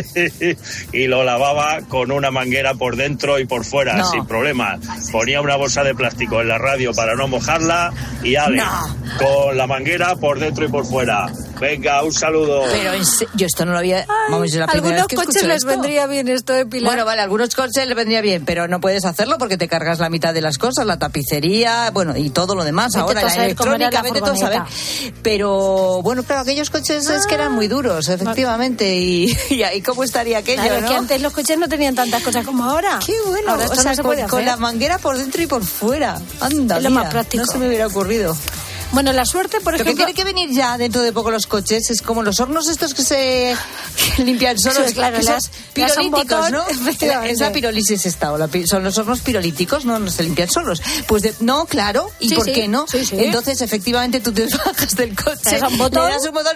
y lo lavaba con una manguera por dentro y por fuera, sin problema. Ponía una bolsa de plástico en la radio para no mojarla y con la manguera por dentro y por fuera. Venga, un saludo. Pero yo esto no lo había... Vamos, es la primera vez que algunos coches les vendría bien esto de Pilar. Bueno, vale, algunos coches les vendría bien, pero no puedes hacerlo porque te cargas la mitad de las cosas, la tapicería, bueno, y todo lo demás. Ahora la electrónica, vete todo a saber. Pero, bueno, claro, aquellos coches es que eran muy duros, efectivamente, y ahí cómo estaría aquello, claro, ¿no? Que antes los coches no tenían tantas cosas como ahora. Qué bueno, ahora esto o sea, no se puede con hacer. la manguera por dentro y por fuera. Anda, es lo más práctico. No se me hubiera ocurrido. Bueno, la suerte, por ejemplo... Lo que tiene que venir ya dentro de poco los coches es como los hornos estos que se limpian solos. Sí, claro, esos pirolíticos, ¿no? Es la pirólisis esta, son los hornos pirolíticos, no se limpian solos. Pues no, claro, ¿y por qué no? Sí. Entonces, efectivamente, tú te bajas del coche, le das un botón...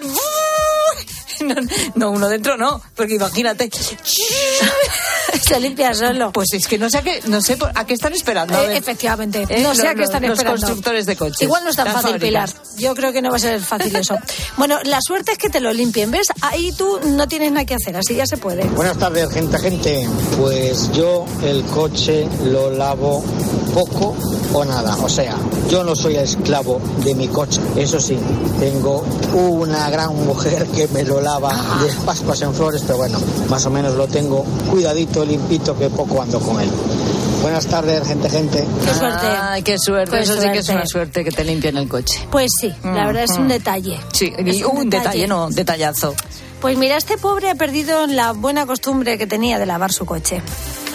No, uno dentro no, porque imagínate. Se limpia solo. Pues es que no sé a qué están esperando. Efectivamente, no sé a qué están esperando. Los constructores de coches. Igual no es tan fácil, Pilar. Yo creo que no va a ser fácil eso. Bueno, la suerte es que te lo limpien, ¿ves? Ahí tú no tienes nada que hacer, así ya se puede. Buenas tardes, gente. Pues yo el coche lo lavo poco o nada. O sea, yo no soy esclavo de mi coche. Eso sí, tengo una gran mujer que me lo lava de Pascuas en Flores, pero bueno, más o menos lo tengo cuidadito, limpito, que poco ando con él. Buenas tardes, gente. Qué suerte. Ay, qué suerte. Eso sí que es una suerte que te limpien el coche. Pues sí, la verdad es un detalle. Sí, un detalle, no, detallazo. Pues mira, este pobre ha perdido la buena costumbre que tenía de lavar su coche.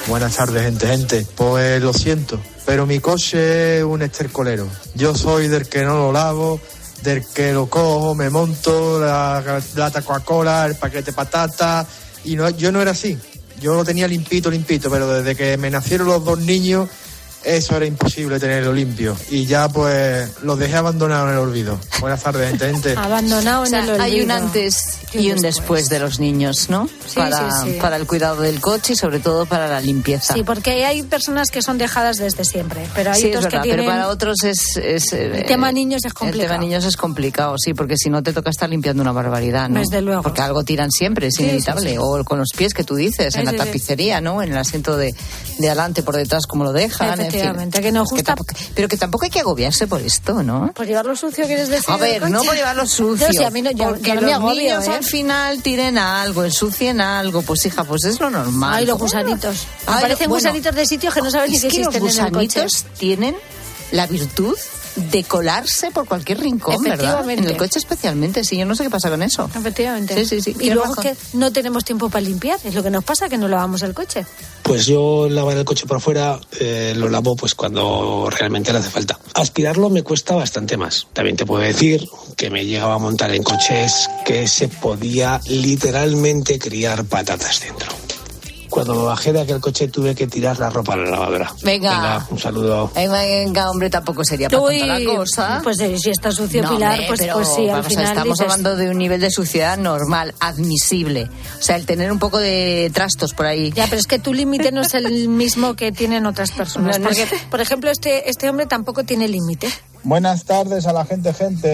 Buenas tardes, gente. Pues lo siento, pero mi coche es un estercolero. Yo soy del que no lo lavo, del que lo cojo, me monto la Coca-Cola, el paquete de patata, y no, yo no era así. Yo lo tenía limpito, pero desde que me nacieron los 2 niños, eso era imposible tenerlo limpio. Y ya pues los dejé abandonados en el olvido. Buenas tardes, gente. Abandonado en el olvido. Hay un antes y un después de los niños, ¿no? Sí, sí. Para el cuidado del coche y sobre todo para la limpieza. Sí, porque hay personas que son dejadas desde siempre, pero hay otros que tienen... Pero para otros el tema niños es complicado. El tema niños es complicado, sí, porque si no te toca estar limpiando una barbaridad, ¿no? Desde luego. Porque algo tiran siempre, es inevitable. Sí. O con los pies que tú dices, en la tapicería, ¿no? En el asiento de adelante, por detrás, como lo dejan, en fin. Que nos gusta... Pero que tampoco hay que agobiarse por esto, ¿no? Por llevarlo sucio, ¿quieres decir? A ver, no por llevarlo sucio. Yo, a mí no, porque yo no los me agobio, niños al final tiren algo, ensucien algo. Pues hija, pues es lo normal. Ay, los gusanitos. Aparecen gusanitos de sitios que no sabes ni que existen en el coche. Los gusanitos tienen la virtud de colarse por cualquier rincón, ¿verdad? En el coche especialmente, sí, yo no sé qué pasa con eso. Efectivamente. Sí. Y luego es que no tenemos tiempo para limpiar, es lo que nos pasa, que no lavamos el coche. Pues yo lavar el coche por fuera lo lavo pues cuando realmente le hace falta. Aspirarlo me cuesta bastante más. También te puedo decir que me llegaba a montar en coches que se podía literalmente criar patatas dentro. Cuando me bajé de aquel coche tuve que tirar la ropa a la lavadora. Venga, un saludo. Venga, hombre, tampoco sería para tanta la cosa. Pues si está sucio, no, Pilar, pues sí, al final estamos hablando de un nivel de suciedad normal, admisible. O sea, el tener un poco de trastos por ahí. Ya, pero es que tu límite no es el mismo que tienen otras personas. Porque, por ejemplo, este hombre tampoco tiene límite. Buenas tardes a la gente.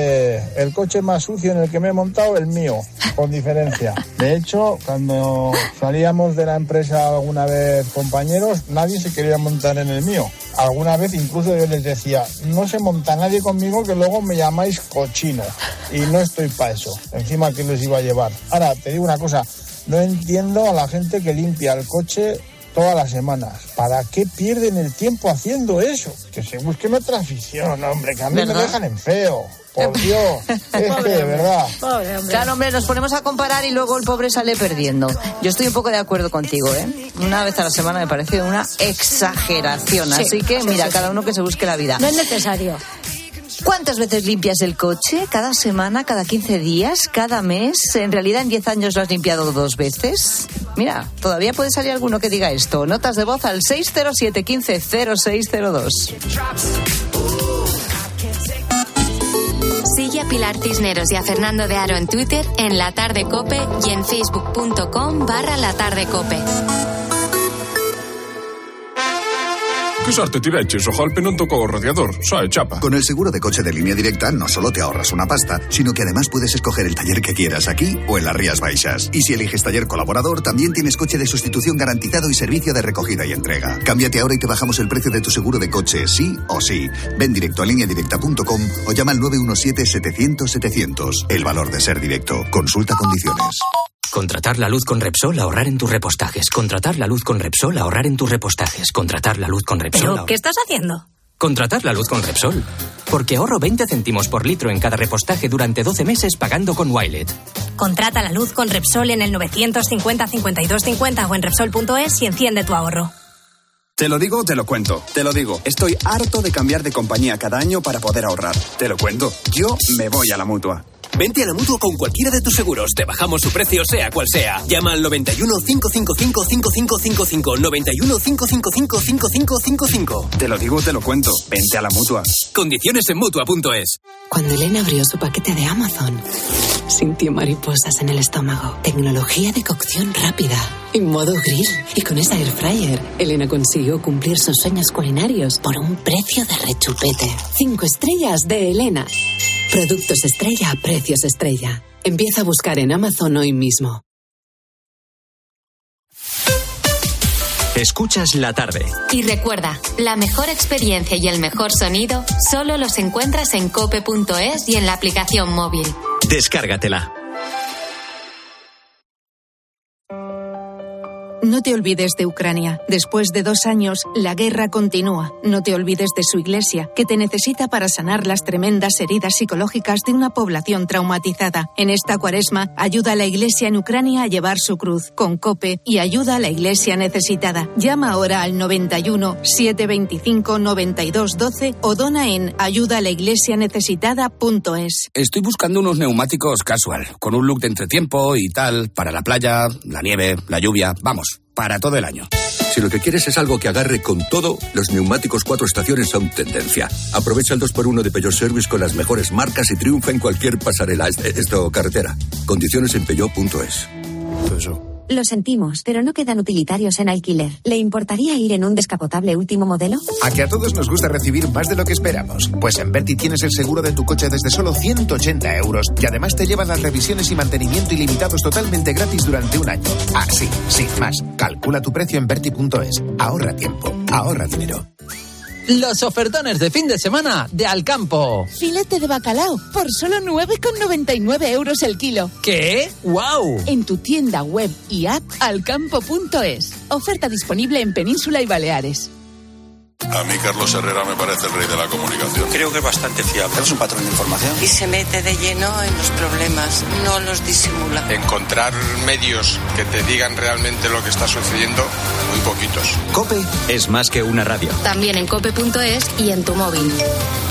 El coche más sucio en el que me he montado, el mío, con diferencia. De hecho, cuando salíamos de la empresa alguna vez compañeros, nadie se quería montar en el mío. Alguna vez incluso yo les decía, no se monta nadie conmigo que luego me llamáis cochino. Y no estoy para eso. Encima, ¿qué les iba a llevar? Ahora, te digo una cosa, no entiendo a la gente que limpia el coche todas las semanas. ¿Para qué pierden el tiempo haciendo eso? Que se busquen otra afición, hombre, que a mí me dejan en feo. Por Dios, es que de verdad. Pobre hombre. Claro, hombre, nos ponemos a comparar y luego el pobre sale perdiendo. Yo estoy un poco de acuerdo contigo, ¿eh? Una vez a la semana me parece una exageración. Sí, así que, mira, cada uno que se busque la vida. No es necesario. ¿Cuántas veces limpias el coche? ¿Cada semana? ¿Cada 15 días? ¿Cada mes? ¿En realidad en 10 años lo has limpiado 2 veces? Mira, todavía puede salir alguno que diga esto. Notas de voz al 607 15 0602. Sigue a Pilar Cisneros y a Fernando de Aro en Twitter, en La Tarde Cope y en facebook.com/La Tarde Cope. Que sorte tiveches, o golpe non tocou o radiador, só é chapa. Con el seguro de coche de Línea Directa no solo te ahorras una pasta, sino que además puedes escoger el taller que quieras aquí o en las Rías Baixas. Y si eliges taller colaborador, también tienes coche de sustitución garantizado y servicio de recogida y entrega. Cámbiate ahora y te bajamos el precio de tu seguro de coche, sí o sí. Ven directo a lineadirecta.com o llama al 917-700-700. El valor de ser directo. Consulta condiciones. Contratar la luz con Repsol, ahorrar en tus repostajes. Contratar la luz con Repsol, ahorrar en tus repostajes. Contratar la luz con Repsol. ¿Pero qué estás haciendo? Contratar la luz con Repsol. Porque ahorro 20 céntimos por litro en cada repostaje durante 12 meses pagando con Wilet. Contrata la luz con Repsol en el 950-5250 o en Repsol.es y enciende tu ahorro. Te lo digo, te lo cuento. Te lo digo, estoy harto de cambiar de compañía cada año para poder ahorrar. Te lo cuento, yo me voy a la Mutua. Vente a la Mutua con cualquiera de tus seguros. Te bajamos su precio, sea cual sea. Llama al 91 555 5555. 91 555 5555. Te lo digo, te lo cuento. Vente a la Mutua. Condiciones en Mutua.es. Cuando Elena abrió su paquete de Amazon, sintió mariposas en el estómago. Tecnología de cocción rápida, en modo grill. Y con esa air fryer, Elena consiguió cumplir sus sueños culinarios por un precio de rechupete. 5 estrellas de Elena. Productos estrella a precios estrella. Empieza a buscar en Amazon hoy mismo. Escuchas La Tarde. Y recuerda, la mejor experiencia y el mejor sonido solo los encuentras en cope.es y en la aplicación móvil. Descárgatela. No te olvides de Ucrania. Después de 2 años, la guerra continúa. No te olvides de su iglesia, que te necesita para sanar las tremendas heridas psicológicas de una población traumatizada. En esta Cuaresma, ayuda a la iglesia en Ucrania a llevar su cruz con COPE y ayuda a la iglesia necesitada. Llama ahora al 91 725 92 12 o dona en ayudaalaiglesianecesitada.es. Estoy buscando unos neumáticos casual, con un look de entretiempo y tal, para la playa, la nieve, la lluvia, vamos, para todo el año. Si lo que quieres es algo que agarre con todo, los neumáticos 4 estaciones son tendencia. Aprovecha el 2x1 de Peugeot Service con las mejores marcas y triunfa en cualquier pasarela, carretera. Condiciones en peugeot.es. Lo sentimos, pero no quedan utilitarios en alquiler. ¿Le importaría ir en un descapotable último modelo? A que a todos nos gusta recibir más de lo que esperamos. Pues en Berti tienes el seguro de tu coche desde solo 180 euros y además te llevan las revisiones y mantenimiento ilimitados totalmente gratis durante un año. Ah, sí, sin más. Calcula tu precio en Berti.es. Ahorra tiempo, ahorra dinero. Los ofertones de fin de semana de Alcampo. Filete de bacalao por solo 9,99 euros el kilo. ¿Qué? ¡Guau! En tu tienda web y app alcampo.es. Oferta disponible en Península y Baleares. A mí Carlos Herrera me parece el rey de la comunicación. Creo que es bastante fiable. Es un patrón de información. Y se mete de lleno en los problemas, no los disimula. Encontrar medios que te digan realmente lo que está sucediendo, muy poquitos. COPE es más que una radio. También en cope.es y en tu móvil.